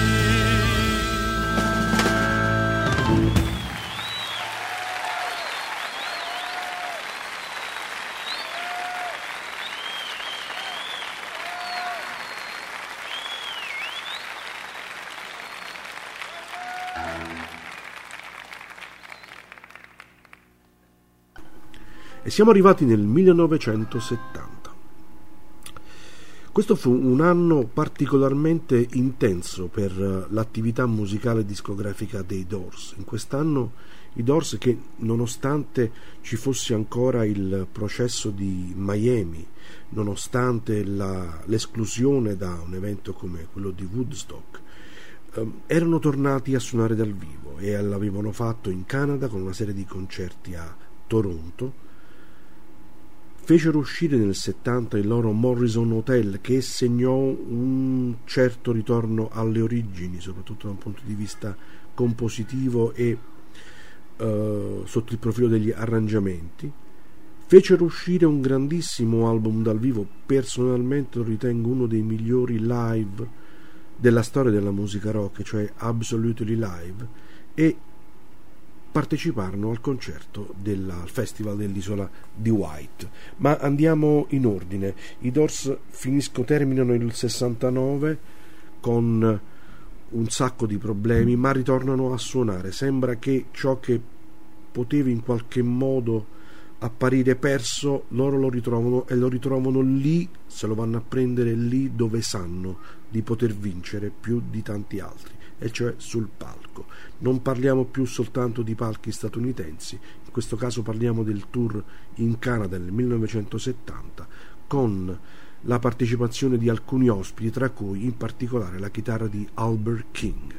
E siamo arrivati nel millenovecentosettanta. Questo fu un anno particolarmente intenso per l'attività musicale discografica dei Doors. In quest'anno I Doors che, nonostante ci fosse ancora il processo di Miami, nonostante la, l'esclusione da un evento come quello di Woodstock, ehm, erano tornati a suonare dal vivo e l'avevano fatto in Canada con una serie di concerti a Toronto. Fecero uscire nel settanta il loro Morrison Hotel, che segnò un certo ritorno alle origini, soprattutto da un punto di vista compositivo e uh, sotto il profilo degli arrangiamenti. Fecero uscire un grandissimo album dal vivo, personalmente lo ritengo uno dei migliori live della storia della musica rock, cioè Absolutely Live, e parteciparono al concerto del al festival dell'isola di White. Ma andiamo in ordine. I Doors finisco, terminano il sessantanove con un sacco di problemi, ma ritornano a suonare. Sembra che ciò che poteva in qualche modo apparire perso, loro lo ritrovano e lo ritrovano lì, se lo vanno a prendere lì dove sanno di poter vincere più di tanti altri, e cioè sul palco. Non parliamo più soltanto di palchi statunitensi, in questo caso parliamo del tour in Canada nel millenovecentosettanta, con la partecipazione di alcuni ospiti, tra cui in particolare la chitarra di Albert King.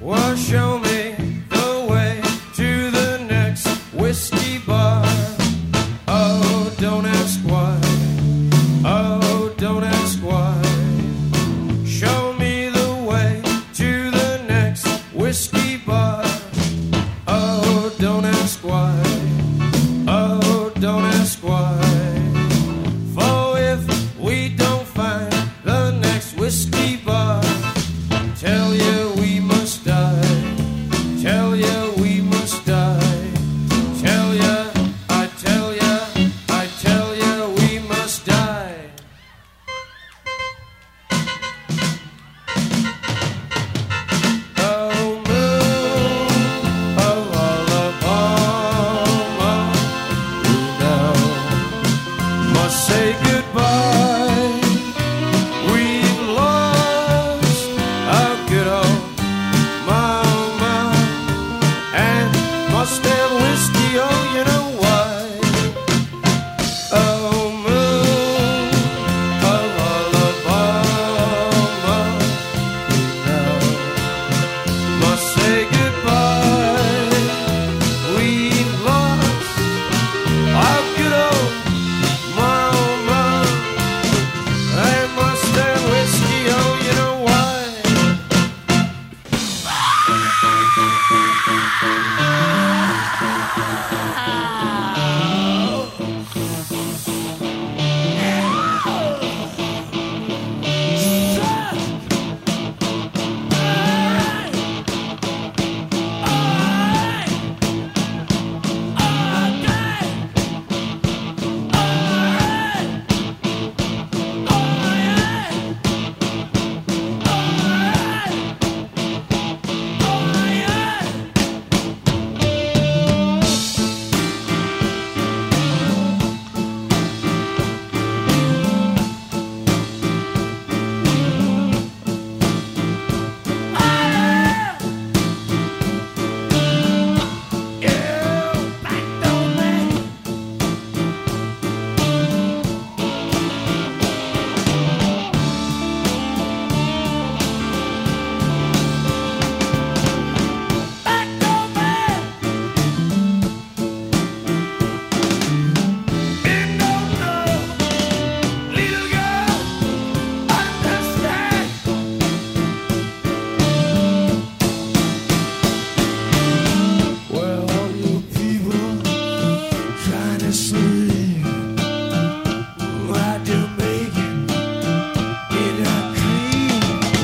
Well, show me the way to the next whiskey bar. Oh, don't ask why. Oh, don't ask why. Show me the way to the next whiskey bar. Oh, don't ask why. Oh, don't ask why. For if we don't find the next whiskey bar, tell you we must die. Tell you we must die. Tell you, I tell you, I tell you we must die. Oh, moon of Alabama, you now must say goodbye. We've lost our good old mama and must have whiskey, oh, you know why. Oh, moon of Alabama, now must say goodbye. We've lost our good old mama and must have whiskey, oh, you know why. Well, all you people trying to sleep, what you making in a cream?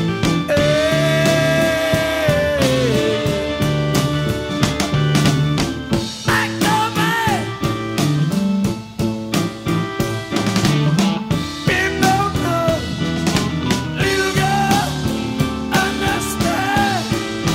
Hey, October, bend over, little girl, understand.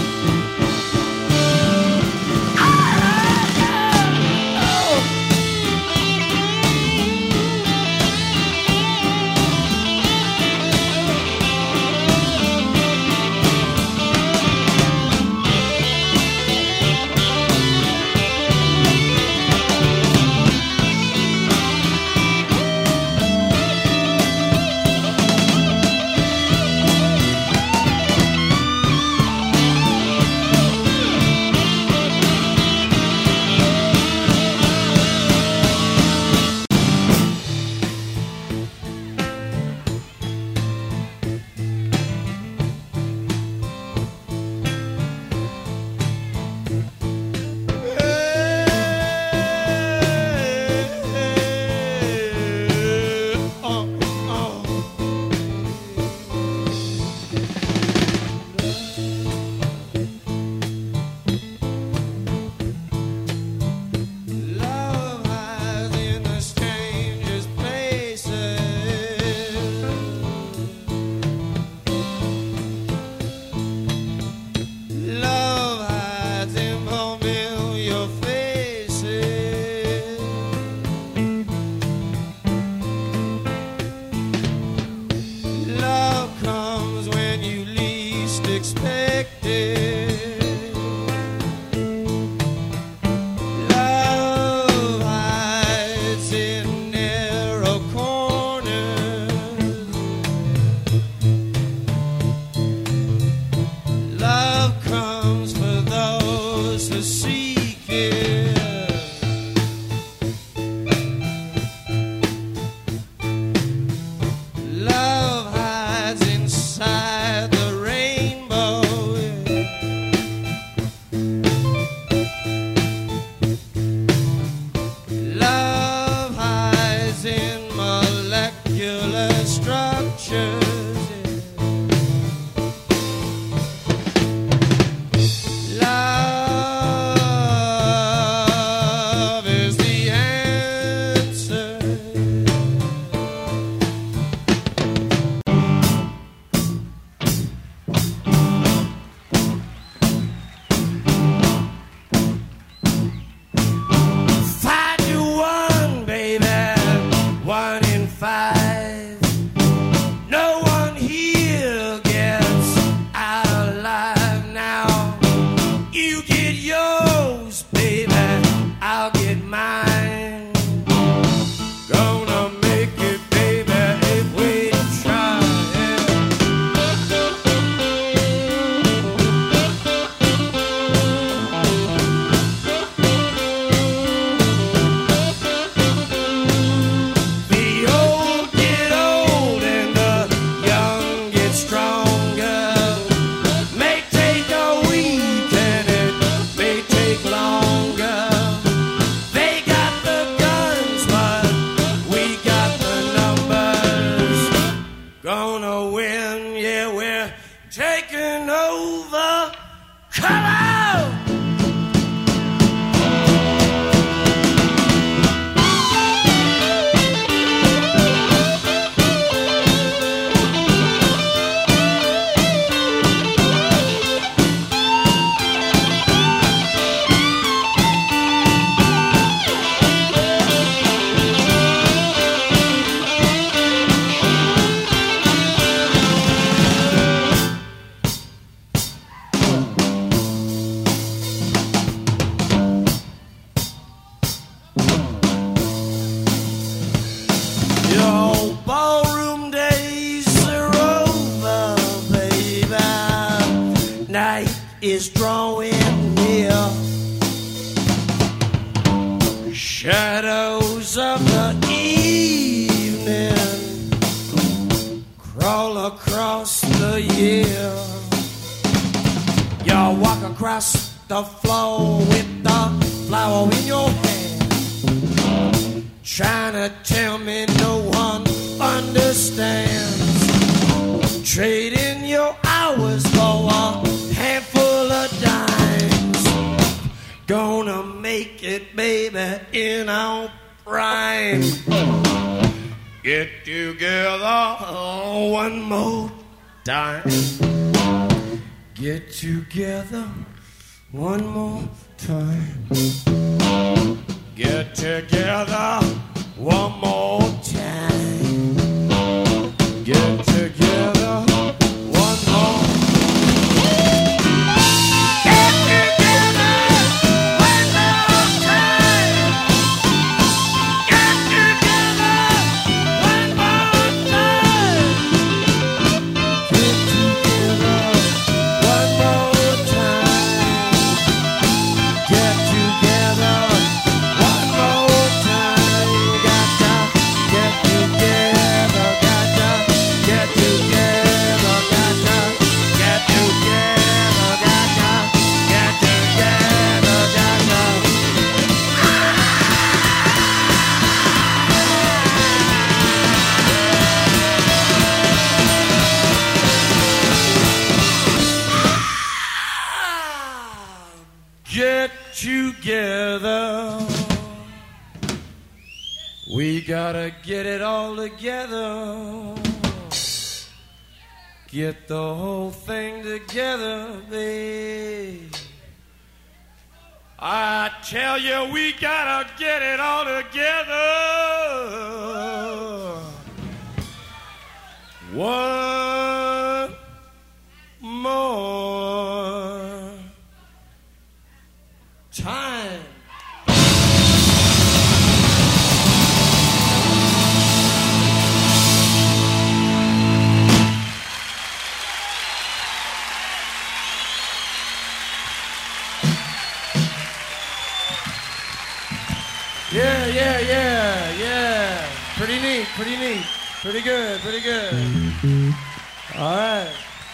Love hides in the strangest places. Love hides in familiar faces. Love comes when you least expect it. Love hides in narrow corners. Love comes taking over. Come on! Is drawing near. Shadows of the evening crawl across the year. You walk across the floor with the flower in your hand, trying to tell me no one understands. Trading your hours for a handful of dimes, gonna make it, baby, in our prime. Get together one more time. Get together one more time. Get together one more time. Get together one more. Get together one more time. Get together one more time. Get together one more time. Get together one more time. Gotta get together. Gotta get together. Gotta get together. Gotta get together. Gotta. Get together. We gotta get it all together. Get the whole thing together, babe. I tell you, we gotta get it all together. One more time. Yeah, yeah, yeah, yeah. Pretty neat, pretty neat. Pretty good, pretty good. All right.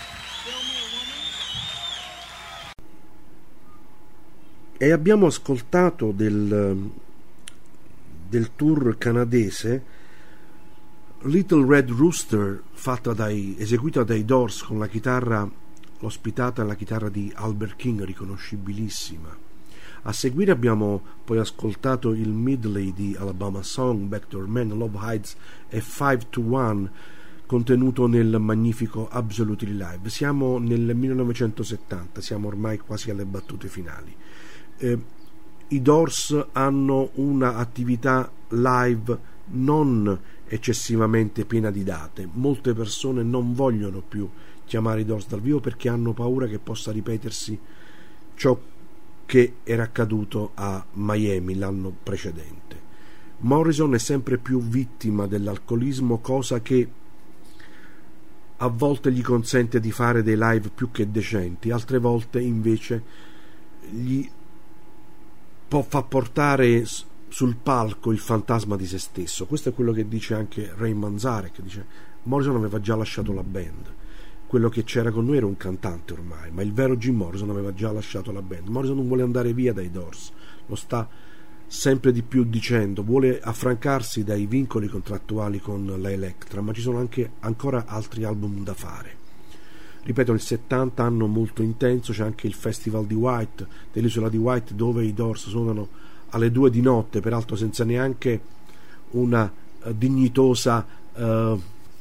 E abbiamo ascoltato del, del tour canadese Little Red Rooster, fatta dai, eseguita dai Doors con la chitarra ospitata la chitarra di Albert King, riconoscibilissima. A seguire abbiamo poi ascoltato il medley di Alabama Song, Back to Our Men, Love Hides e five to one, contenuto nel magnifico Absolutely Live. Siamo nel millenovecentosettanta, siamo ormai quasi alle battute finali. Eh, i Doors hanno una attività live non eccessivamente piena di date. Molte persone non vogliono più chiamare i Doors dal vivo perché hanno paura che possa ripetersi ciò che era accaduto a Miami l'anno precedente. Morrison è sempre più vittima dell'alcolismo, cosa che a volte gli consente di fare dei live più che decenti, altre volte invece gli può fa portare sul palco il fantasma di se stesso. Questo è quello che dice anche Ray Manzarek, che dice Morrison aveva già lasciato la band, quello che c'era con noi era un cantante ormai, ma il vero Jim Morrison aveva già lasciato la band. Morrison non vuole andare via dai Doors, lo sta sempre di più dicendo, vuole affrancarsi dai vincoli contrattuali con la Elektra, ma ci sono anche ancora altri album da fare. Ripeto, il settanta anno molto intenso, c'è anche il festival di White, dell'isola di White, dove i Doors suonano alle due di notte, peraltro senza neanche una uh, dignitosa uh,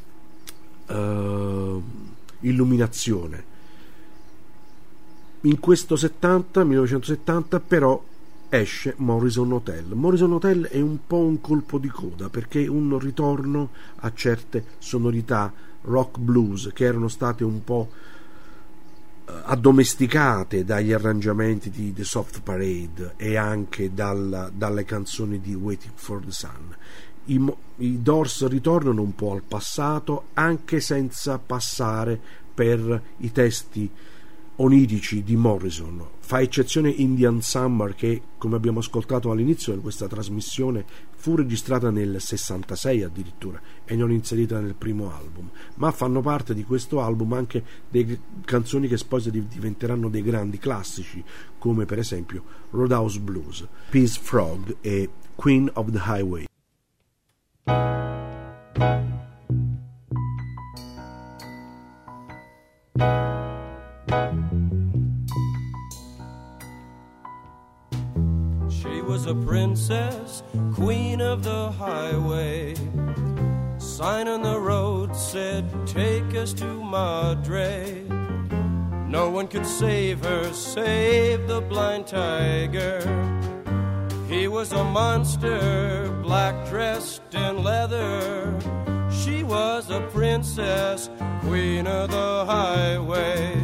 uh, illuminazione. In questo settanta, millenovecentosettanta, però esce Morrison Hotel. Morrison Hotel è un po' un colpo di coda, perché è un ritorno a certe sonorità rock blues che erano state un po' addomesticate dagli arrangiamenti di The Soft Parade e anche dal, dalle canzoni di Waiting for the Sun. I, i Doors ritornano un po' al passato, anche senza passare per i testi onirici di Morrison. Fa eccezione Indian Summer, che, come abbiamo ascoltato all'inizio di questa trasmissione, fu registrata nel sessantasei addirittura e non inserita nel primo album, ma fanno parte di questo album anche delle canzoni che poi diventeranno dei grandi classici, come per esempio Roadhouse Blues, Peace Frog e Queen of the Highway. She was a princess, queen of the highway. Sign on the road said, take us to Madre. No one could save her, save the blind tiger. He was a monster, black dressed in leather. She was a princess, queen of the highway.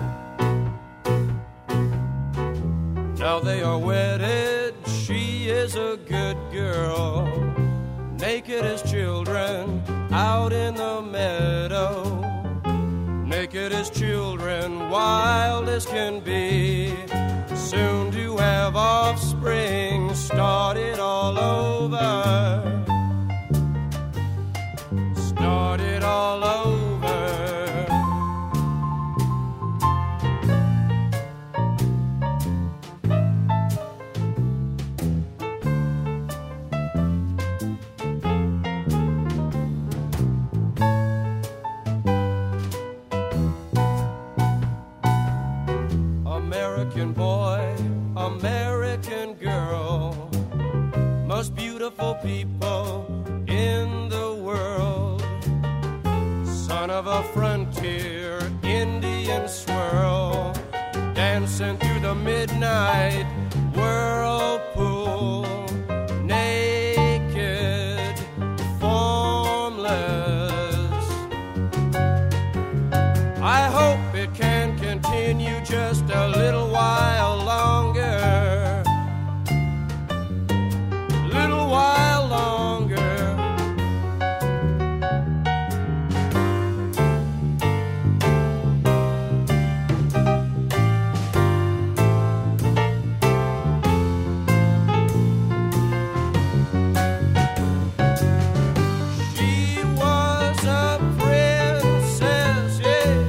Now they are wedded, she is a good girl. Naked as children out in the meadow. Naked as children, wild as can be. Soon to have offspring, start it all over. Start it all over. American boy, American girl, most beautiful people in the world. Son of a frontier Indian swirl, dancing through the midnight whirlpool. Naked, formless. I hope it can continue just a little while longer. Little while longer. She was a princess, yeah.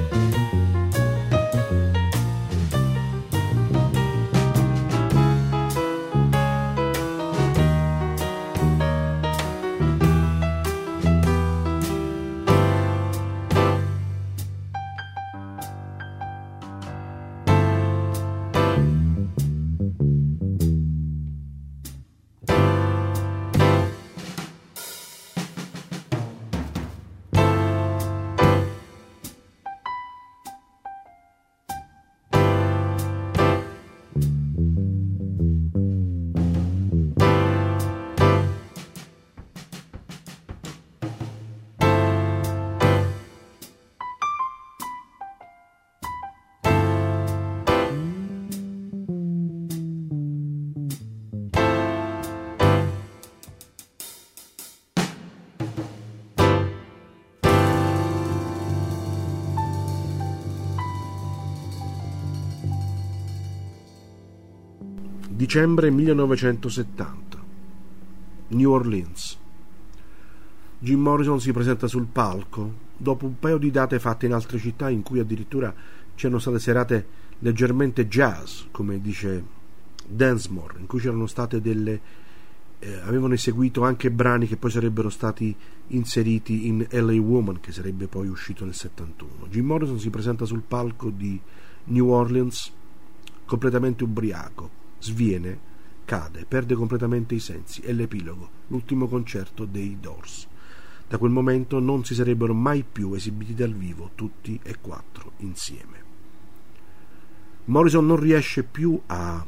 Dicembre millenovecentosettanta, New Orleans. Jim Morrison si presenta sul palco dopo un paio di date fatte in altre città, in cui addirittura c'erano state serate leggermente jazz, come dice Densmore, in cui c'erano state delle eh, avevano eseguito anche brani che poi sarebbero stati inseriti in L A Woman, che sarebbe poi uscito nel settantuno. Jim Morrison si presenta sul palco di New Orleans completamente ubriaco, sviene, cade, perde completamente i sensi. È l'epilogo, l'ultimo concerto dei Doors. Da quel momento non si sarebbero mai più esibiti dal vivo tutti e quattro insieme. Morrison non riesce più a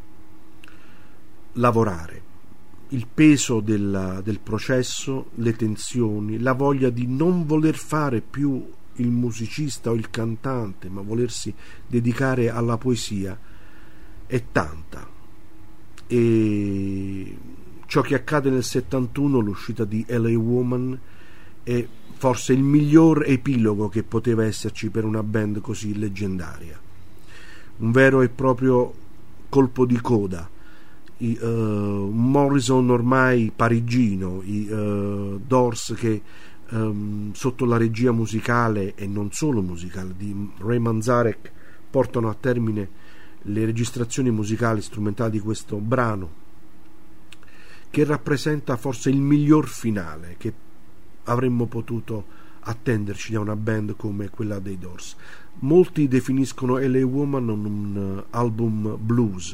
lavorare. Il peso del, del processo, le tensioni, la voglia di non voler fare più il musicista o il cantante, ma volersi dedicare alla poesia è tanta. E ciò che accade nel settantuno, l'uscita di L A Woman, è forse il miglior epilogo che poteva esserci per una band così leggendaria. Un vero e proprio colpo di coda. I, uh, Morrison ormai parigino, i uh, Doors che um, sotto la regia musicale e non solo musicale di Ray Manzarek portano a termine le registrazioni musicali strumentali di questo brano, che rappresenta forse il miglior finale che avremmo potuto attenderci da una band come quella dei Doors. Molti definiscono L A Woman un album blues.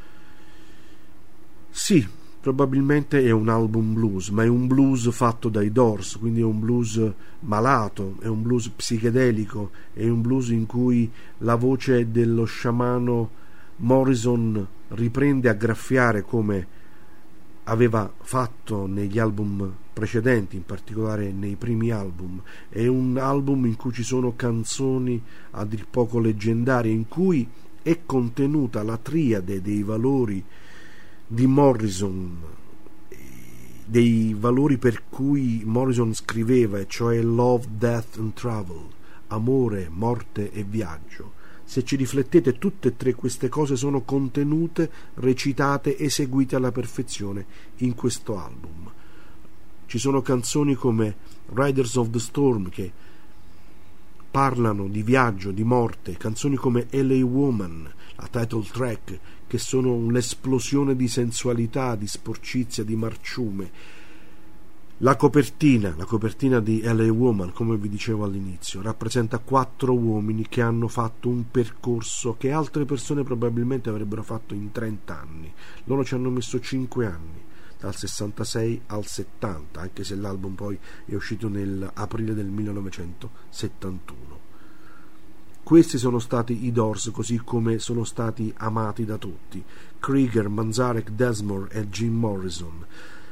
Sì, probabilmente è un album blues, ma è un blues fatto dai Doors, quindi è un blues malato, è un blues psichedelico, è un blues in cui la voce dello sciamano Morrison riprende a graffiare come aveva fatto negli album precedenti, in particolare nei primi album. È un album in cui ci sono canzoni a dir poco leggendarie, in cui è contenuta la triade dei valori di Morrison, dei valori per cui Morrison scriveva, e cioè love, death and travel, amore, morte e viaggio. Se ci riflettete, tutte e tre queste cose sono contenute, recitate, eseguite alla perfezione in questo album. Ci sono canzoni come Riders of the Storm che parlano di viaggio, di morte, canzoni come L A Woman, la title track, che sono un'esplosione di sensualità, di sporcizia, di marciume. La copertina, la copertina di L A Woman, come vi dicevo all'inizio, rappresenta quattro uomini che hanno fatto un percorso che altre persone probabilmente avrebbero fatto in trenta anni. Loro ci hanno messo cinque anni, dal sessantasei al settanta, anche se l'album poi è uscito nell'aprile del millenovecentosettantuno. Questi sono stati i Doors, così come sono stati amati da tutti: Krieger, Manzarek, Densmore e Jim Morrison.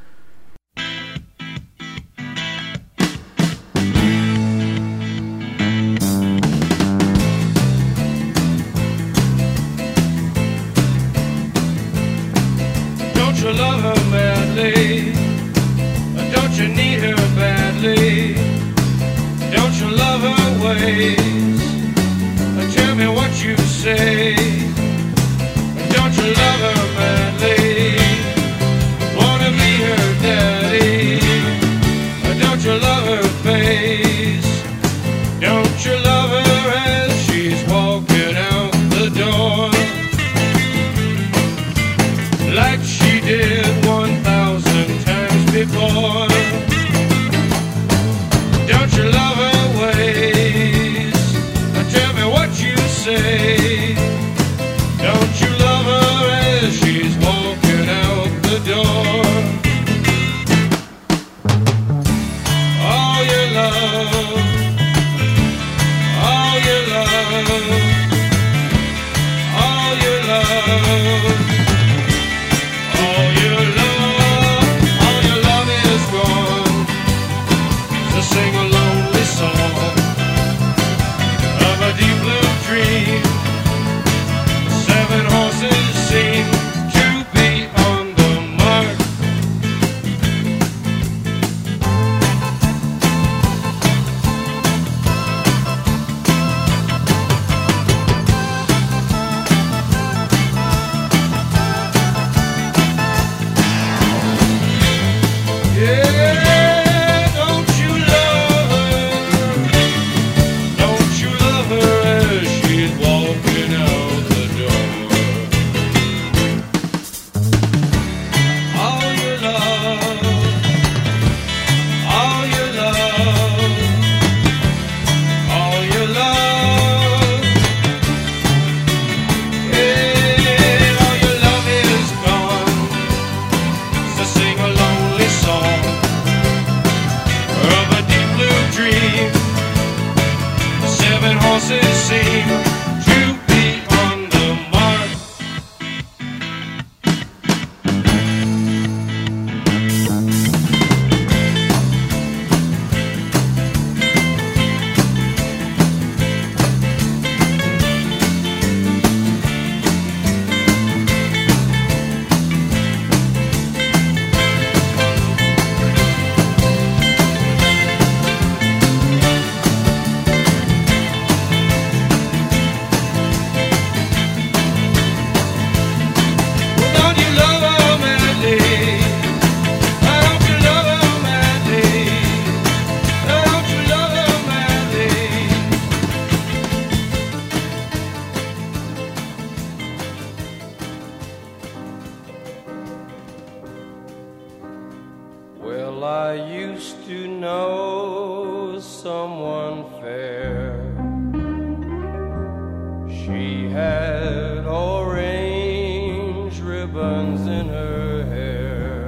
Don't you love her madly? Don't you need her badly? Don't you love her ways? Tell me what you say. Don't you love her madly? Wanna be her daddy? Don't you love her face? Don't you love her as she's walking out the door, like she did one thousand times before? Don't you love her ways? Tell me what you say. Don't you love her as she's walking out the door? All your love, all your love, all your love, all your love, all your love is gone. Well, I used to know someone fair. She had orange ribbons in her hair.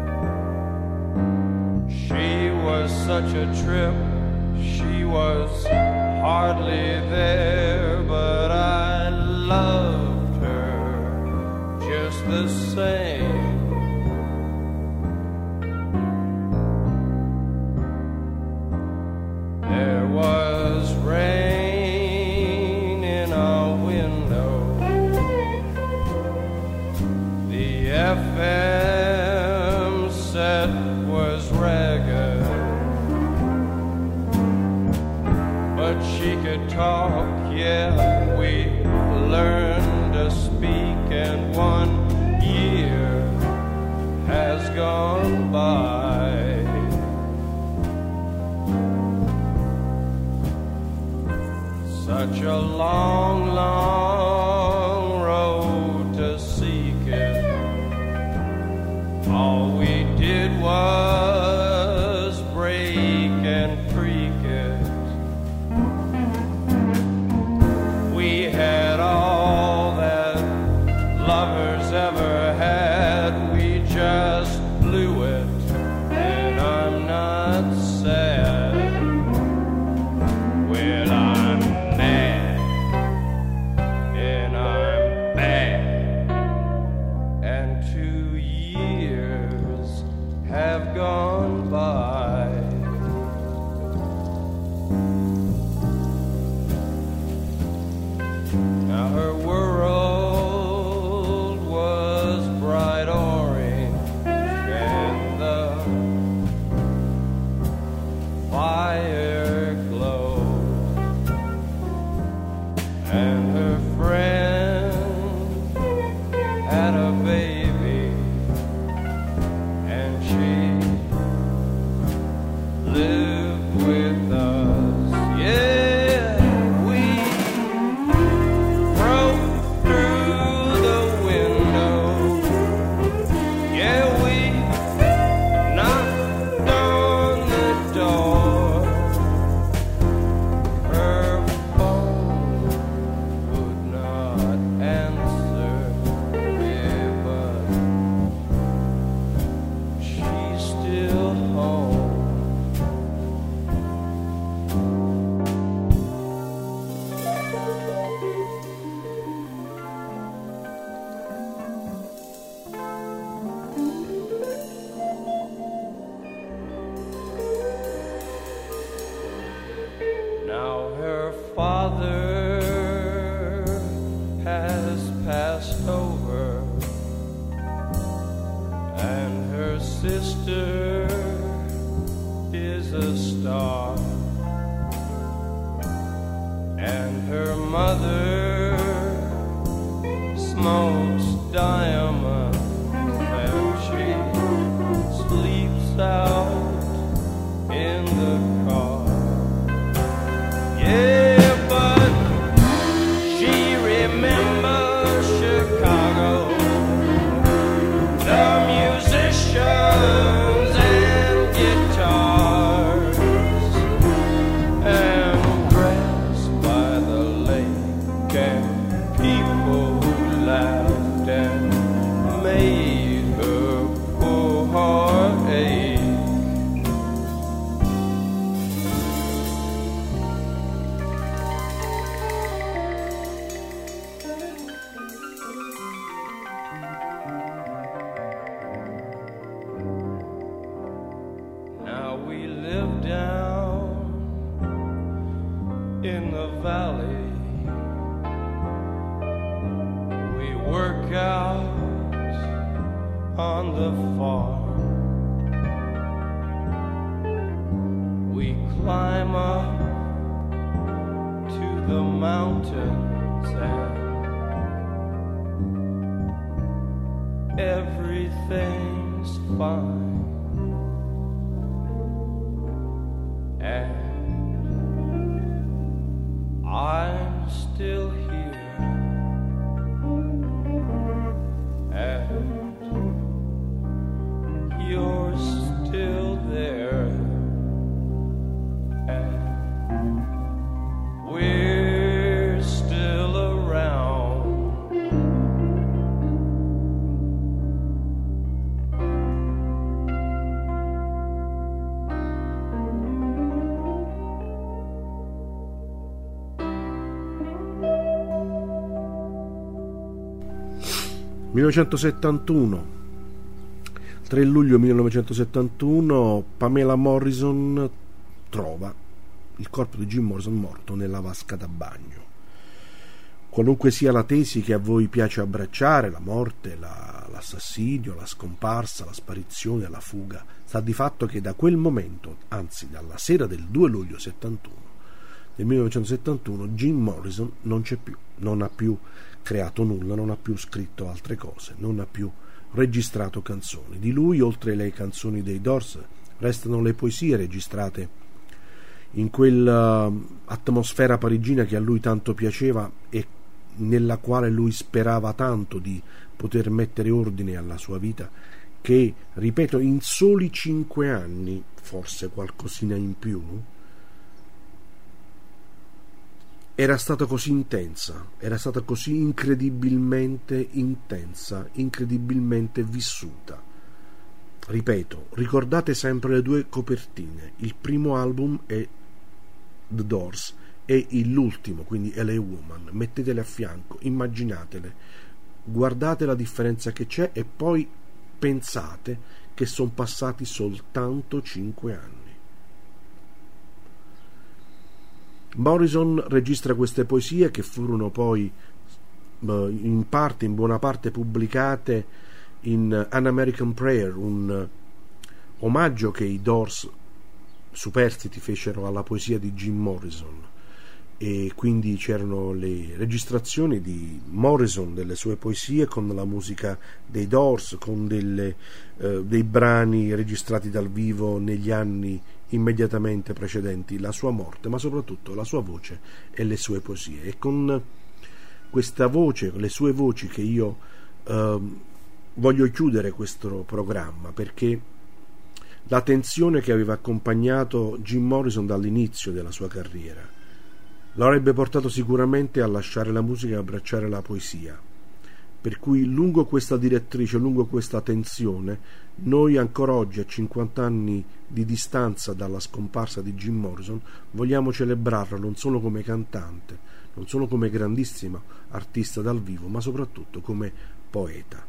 She was such a trip, she was hardly there, but I loved her just the same. There was rain in our window. The F M set was ragged, but she could talk, yeah, we learned to speak, and one year has gone by. Such a long, long road to seek it. All we did was break and freak it. We had all that lovers ever had. We just blew it, and I'm not sad. Well, I'm mad, and I'm bad, and two years have gone by. Now her world was bright orange, and the fire glowed, and her friend had a baby, and she lived with us. Yeah, we broke through the window. Yeah, we knocked on the door. Her phone would not answer me, but she's still home. Now her father has passed over, and her sister is a star, and her mother smokes diamonds, and she sleeps out in the car. Yeah, but she remembers Chicago, the musicians and guitars, and grass by the lake, and people who laughed and made her poor heart ache. Now we live down in the valley. We work out on the farm. We climb up to the mountains, and everything's fine. And I'm still here, and you're still millenovecentosettantuno, tre luglio millenovecentosettantuno, Pamela Morrison trova il corpo di Jim Morrison morto nella vasca da bagno. Qualunque sia la tesi che a voi piace abbracciare, la morte, la, l'assassinio, la scomparsa, la sparizione, la fuga, sta di fatto che da quel momento, anzi dalla sera del due luglio settantuno, del millenovecentosettantuno, Jim Morrison non c'è più, non ha più creato nulla, non ha più scritto altre cose, non ha più registrato canzoni. Di lui, oltre le canzoni dei Doors, restano le poesie registrate in quell'atmosfera parigina che a lui tanto piaceva e nella quale lui sperava tanto di poter mettere ordine alla sua vita, che, ripeto, in soli cinque anni, forse qualcosina in più, era stata così intensa, era stata così incredibilmente intensa, incredibilmente vissuta. Ripeto, ricordate sempre le due copertine, il primo album è The Doors e l'ultimo, quindi L A Woman, mettetele a fianco, immaginatele, guardate la differenza che c'è e poi pensate che sono passati soltanto cinque anni. Morrison registra queste poesie che furono poi in parte, in buona parte pubblicate in An American Prayer, un omaggio che i Doors superstiti fecero alla poesia di Jim Morrison, e quindi c'erano le registrazioni di Morrison delle sue poesie con la musica dei Doors, con delle, eh, dei brani registrati dal vivo negli anni immediatamente precedenti la sua morte, ma soprattutto la sua voce e le sue poesie. E con questa voce, le sue voci, che io eh, voglio chiudere questo programma, perché la tensione che aveva accompagnato Jim Morrison dall'inizio della sua carriera lo avrebbe portato sicuramente a lasciare la musica e abbracciare la poesia, per cui lungo questa direttrice, lungo questa tensione, noi ancora oggi, a cinquanta anni di distanza dalla scomparsa di Jim Morrison, vogliamo celebrarlo non solo come cantante, non solo come grandissimo artista dal vivo, ma soprattutto come poeta.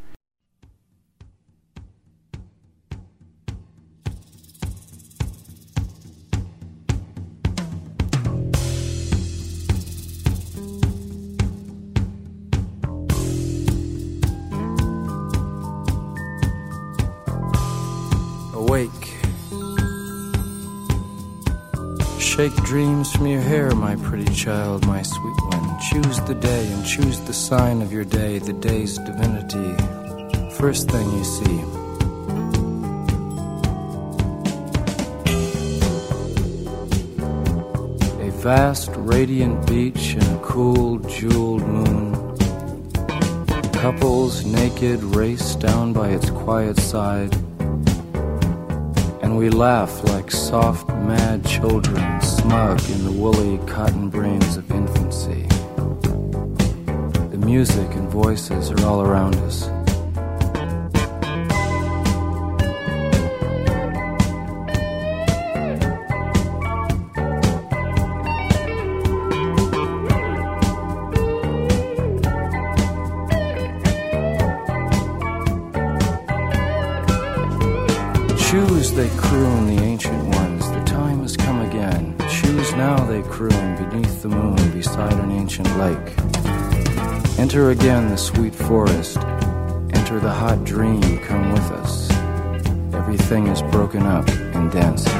Awake. Shake dreams from your hair, my pretty child, my sweet one. Choose the day and choose the sign of your day, the day's divinity. First thing you see. A vast, radiant beach and a cool, jeweled moon. Couples naked race down by its quiet side. And we laugh like soft, mad children, smug in the woolly cotton brains of infancy. The music and voices are all around us. Choose, they croon, the ancient ones, the time has come again. Choose now, they croon, beneath the moon, beside an ancient lake. Enter again the sweet forest, enter the hot dream, come with us. Everything is broken up in dances.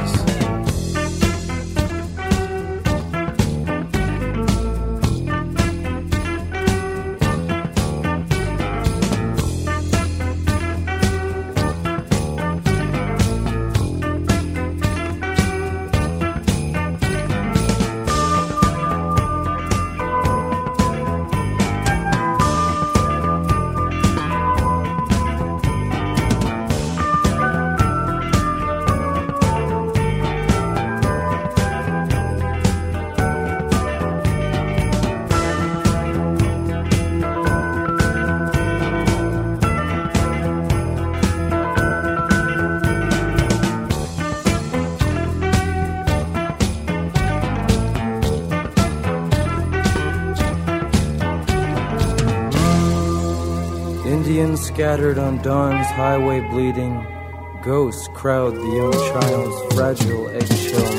Indians scattered on dawn's highway bleeding, ghosts crowd the young child's fragile eggshell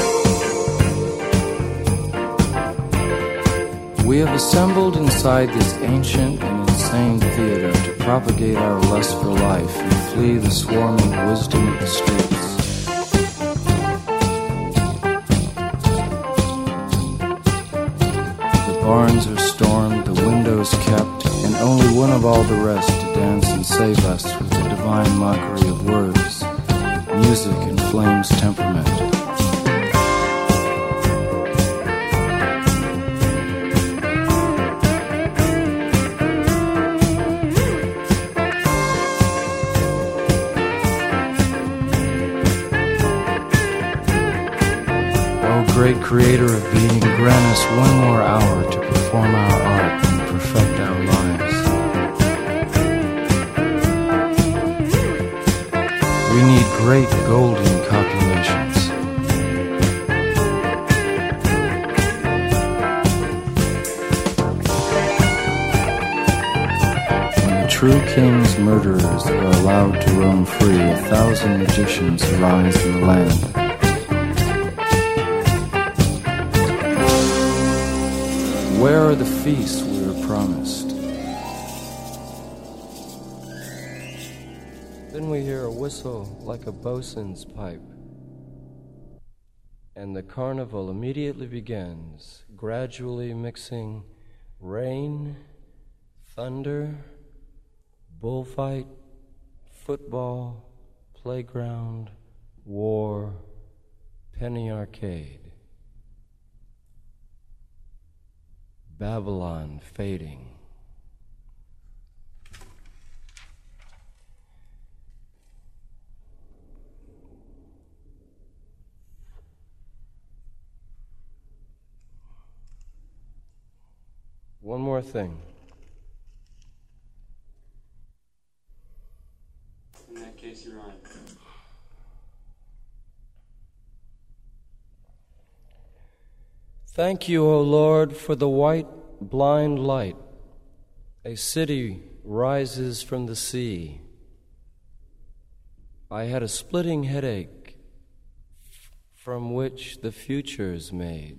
mind. We have assembled inside this ancient and insane theater to propagate our lust for life and flee the swarming wisdom of the streets. The barns are stormed, the windows kept, and only one of all the rest to dance and save us with the divine mockery of words, music and flame's temperament. Great creator of being, grant us one more hour to perform our art and perfect our lives. We need great golden copulations. When the true king's murderers are allowed to roam free, a thousand magicians arise in the land. Where are the feasts we were promised? Then we hear a whistle like a bosun's pipe, and the carnival immediately begins, gradually mixing rain, thunder, bullfight, football, playground, war, penny arcade. Babylon fading. One more thing. In that case, you're on. Thank you, O Lord, for the white, blind light. A city rises from the sea. I had a splitting headache from which the future's made.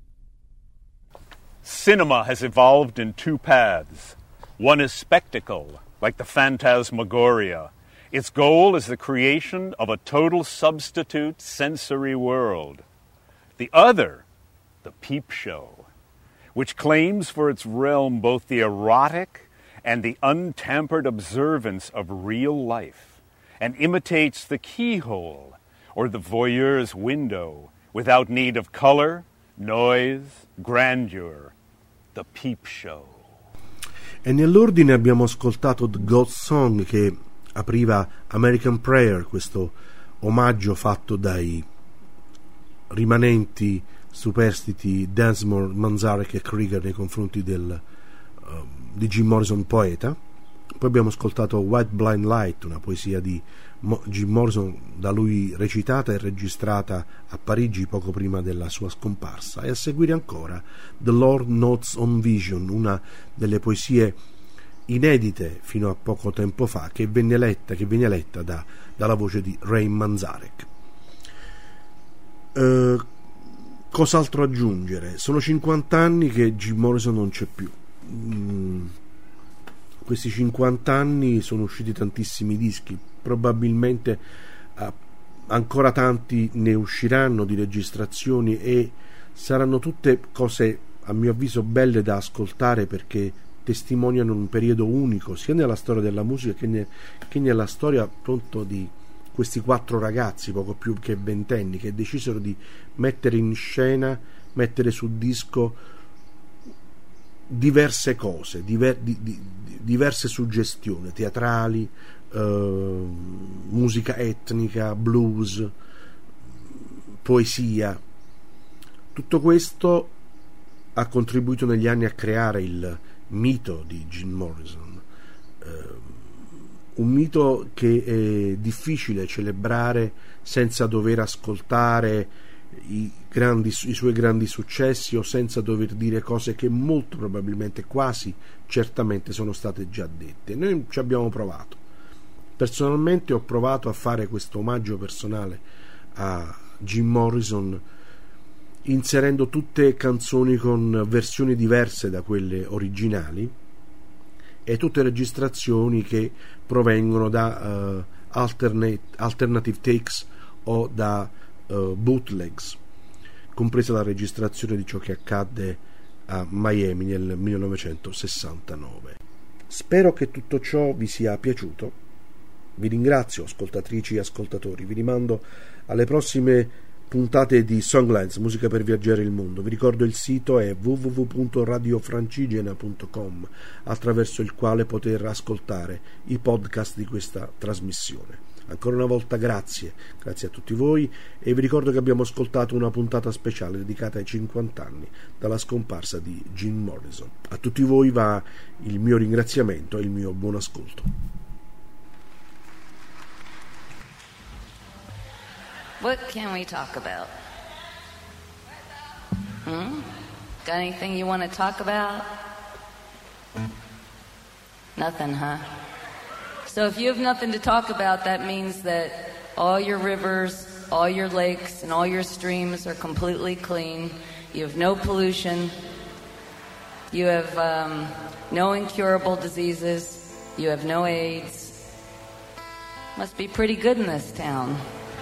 Cinema has evolved in two paths. One is spectacle, like the Phantasmagoria. Its goal is the creation of a total substitute sensory world. The other, the peep show, which claims for its realm both the erotic and the untampered observance of real life, and imitates the keyhole or the voyeur's window without need of color, noise, grandeur, the peep show. E nell'ordine abbiamo ascoltato The Ghost Song, che apriva American Prayer, questo omaggio fatto dai rimanenti superstiti Densmore, Manzarek e Krieger nei confronti del, uh, di Jim Morrison poeta. Poi abbiamo ascoltato White Blind Light, una poesia di Mo- Jim Morrison, da lui recitata e registrata a Parigi poco prima della sua scomparsa, e a seguire ancora The Lord Notes on Vision, una delle poesie inedite fino a poco tempo fa, che venne letta, che viene letta da, dalla voce di Ray Manzarek. Uh, Cos'altro aggiungere? Sono cinquanta anni che Jim Morrison non c'è più. Mm, questi cinquanta anni sono usciti tantissimi dischi, probabilmente eh, ancora tanti ne usciranno di registrazioni, e saranno tutte cose a mio avviso belle da ascoltare, perché testimoniano un periodo unico sia nella storia della musica che, ne, che nella storia appunto di questi quattro ragazzi poco più che ventenni che decisero di mettere in scena, mettere su disco diverse cose, diver, di, di, diverse suggestioni teatrali, eh, musica etnica, blues, poesia. Tutto questo ha contribuito negli anni a creare il mito di Jim Morrison, eh, un mito che è difficile celebrare senza dover ascoltare i, grandi, i suoi grandi successi o senza dover dire cose che molto probabilmente, quasi certamente, sono state già dette. Noi ci abbiamo provato. Personalmente ho provato a fare questo omaggio personale a Jim Morrison inserendo tutte canzoni con versioni diverse da quelle originali e tutte registrazioni che provengono da uh, alternate, alternative takes o da uh, bootlegs, compresa la registrazione di ciò che accadde a Miami nel millenovecentosessantanove. Spero che tutto ciò vi sia piaciuto. Vi ringrazio, ascoltatrici e ascoltatori. Vi rimando alle prossime puntate di Songlands, musica per viaggiare il mondo. Vi ricordo il sito è w w w punto radio francigena punto com, attraverso il quale poter ascoltare i podcast di questa trasmissione. Ancora una volta grazie, grazie a tutti voi, e vi ricordo che abbiamo ascoltato una puntata speciale dedicata ai cinquanta anni dalla scomparsa di Jim Morrison. A tutti voi va il mio ringraziamento e il mio buon ascolto. What can we talk about? Hmm? Got anything you want to talk about? Nothing, huh? So if you have nothing to talk about, that means that all your rivers, all your lakes, and all your streams are completely clean. You have no pollution. You have um, no incurable diseases. You have no AIDS. Must be pretty good in this town.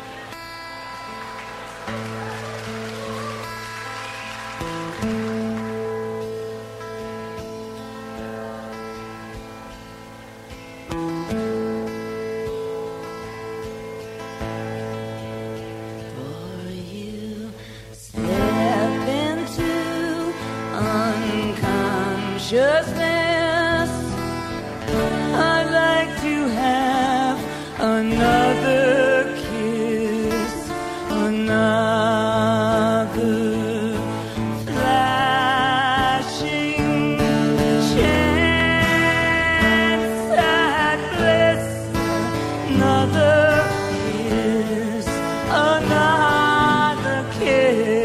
Consciousness, I'd like to have another kiss, another flashing chance at bliss, another kiss, another kiss.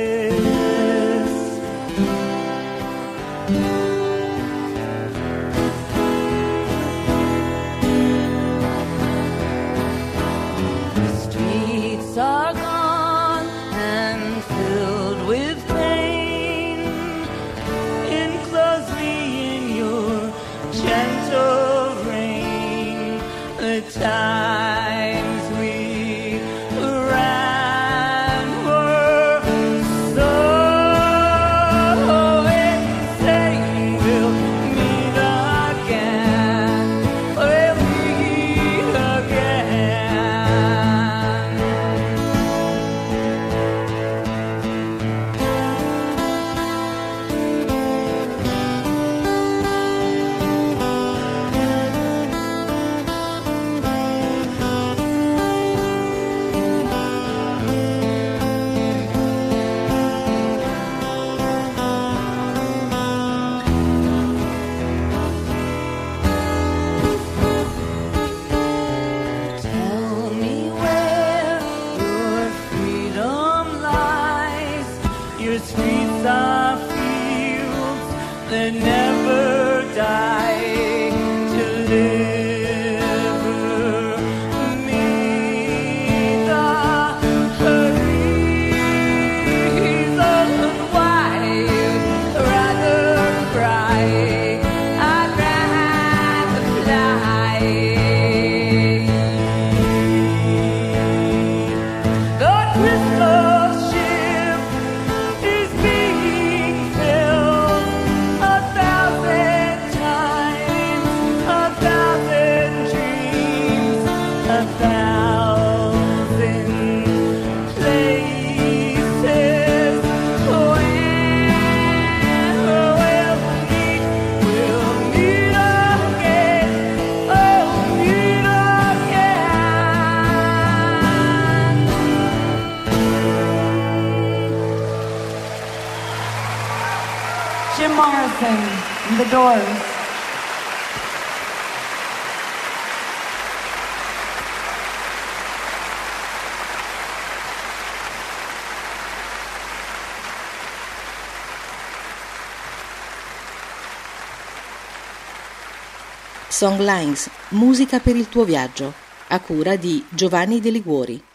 Times we ran were so insane. We'll meet again. We'll meet streets are fields that never die, deliver me the reason why you'd rather cry. I'd rather fly. The crystal ship is being filled a thousand times, a thousand dreams, a thousand places. When we'll meet, we'll meet again. Oh, meet again. Jim Morrison and the Doors. Songlines, musica per il tuo viaggio, a cura di Giovanni De Liguori.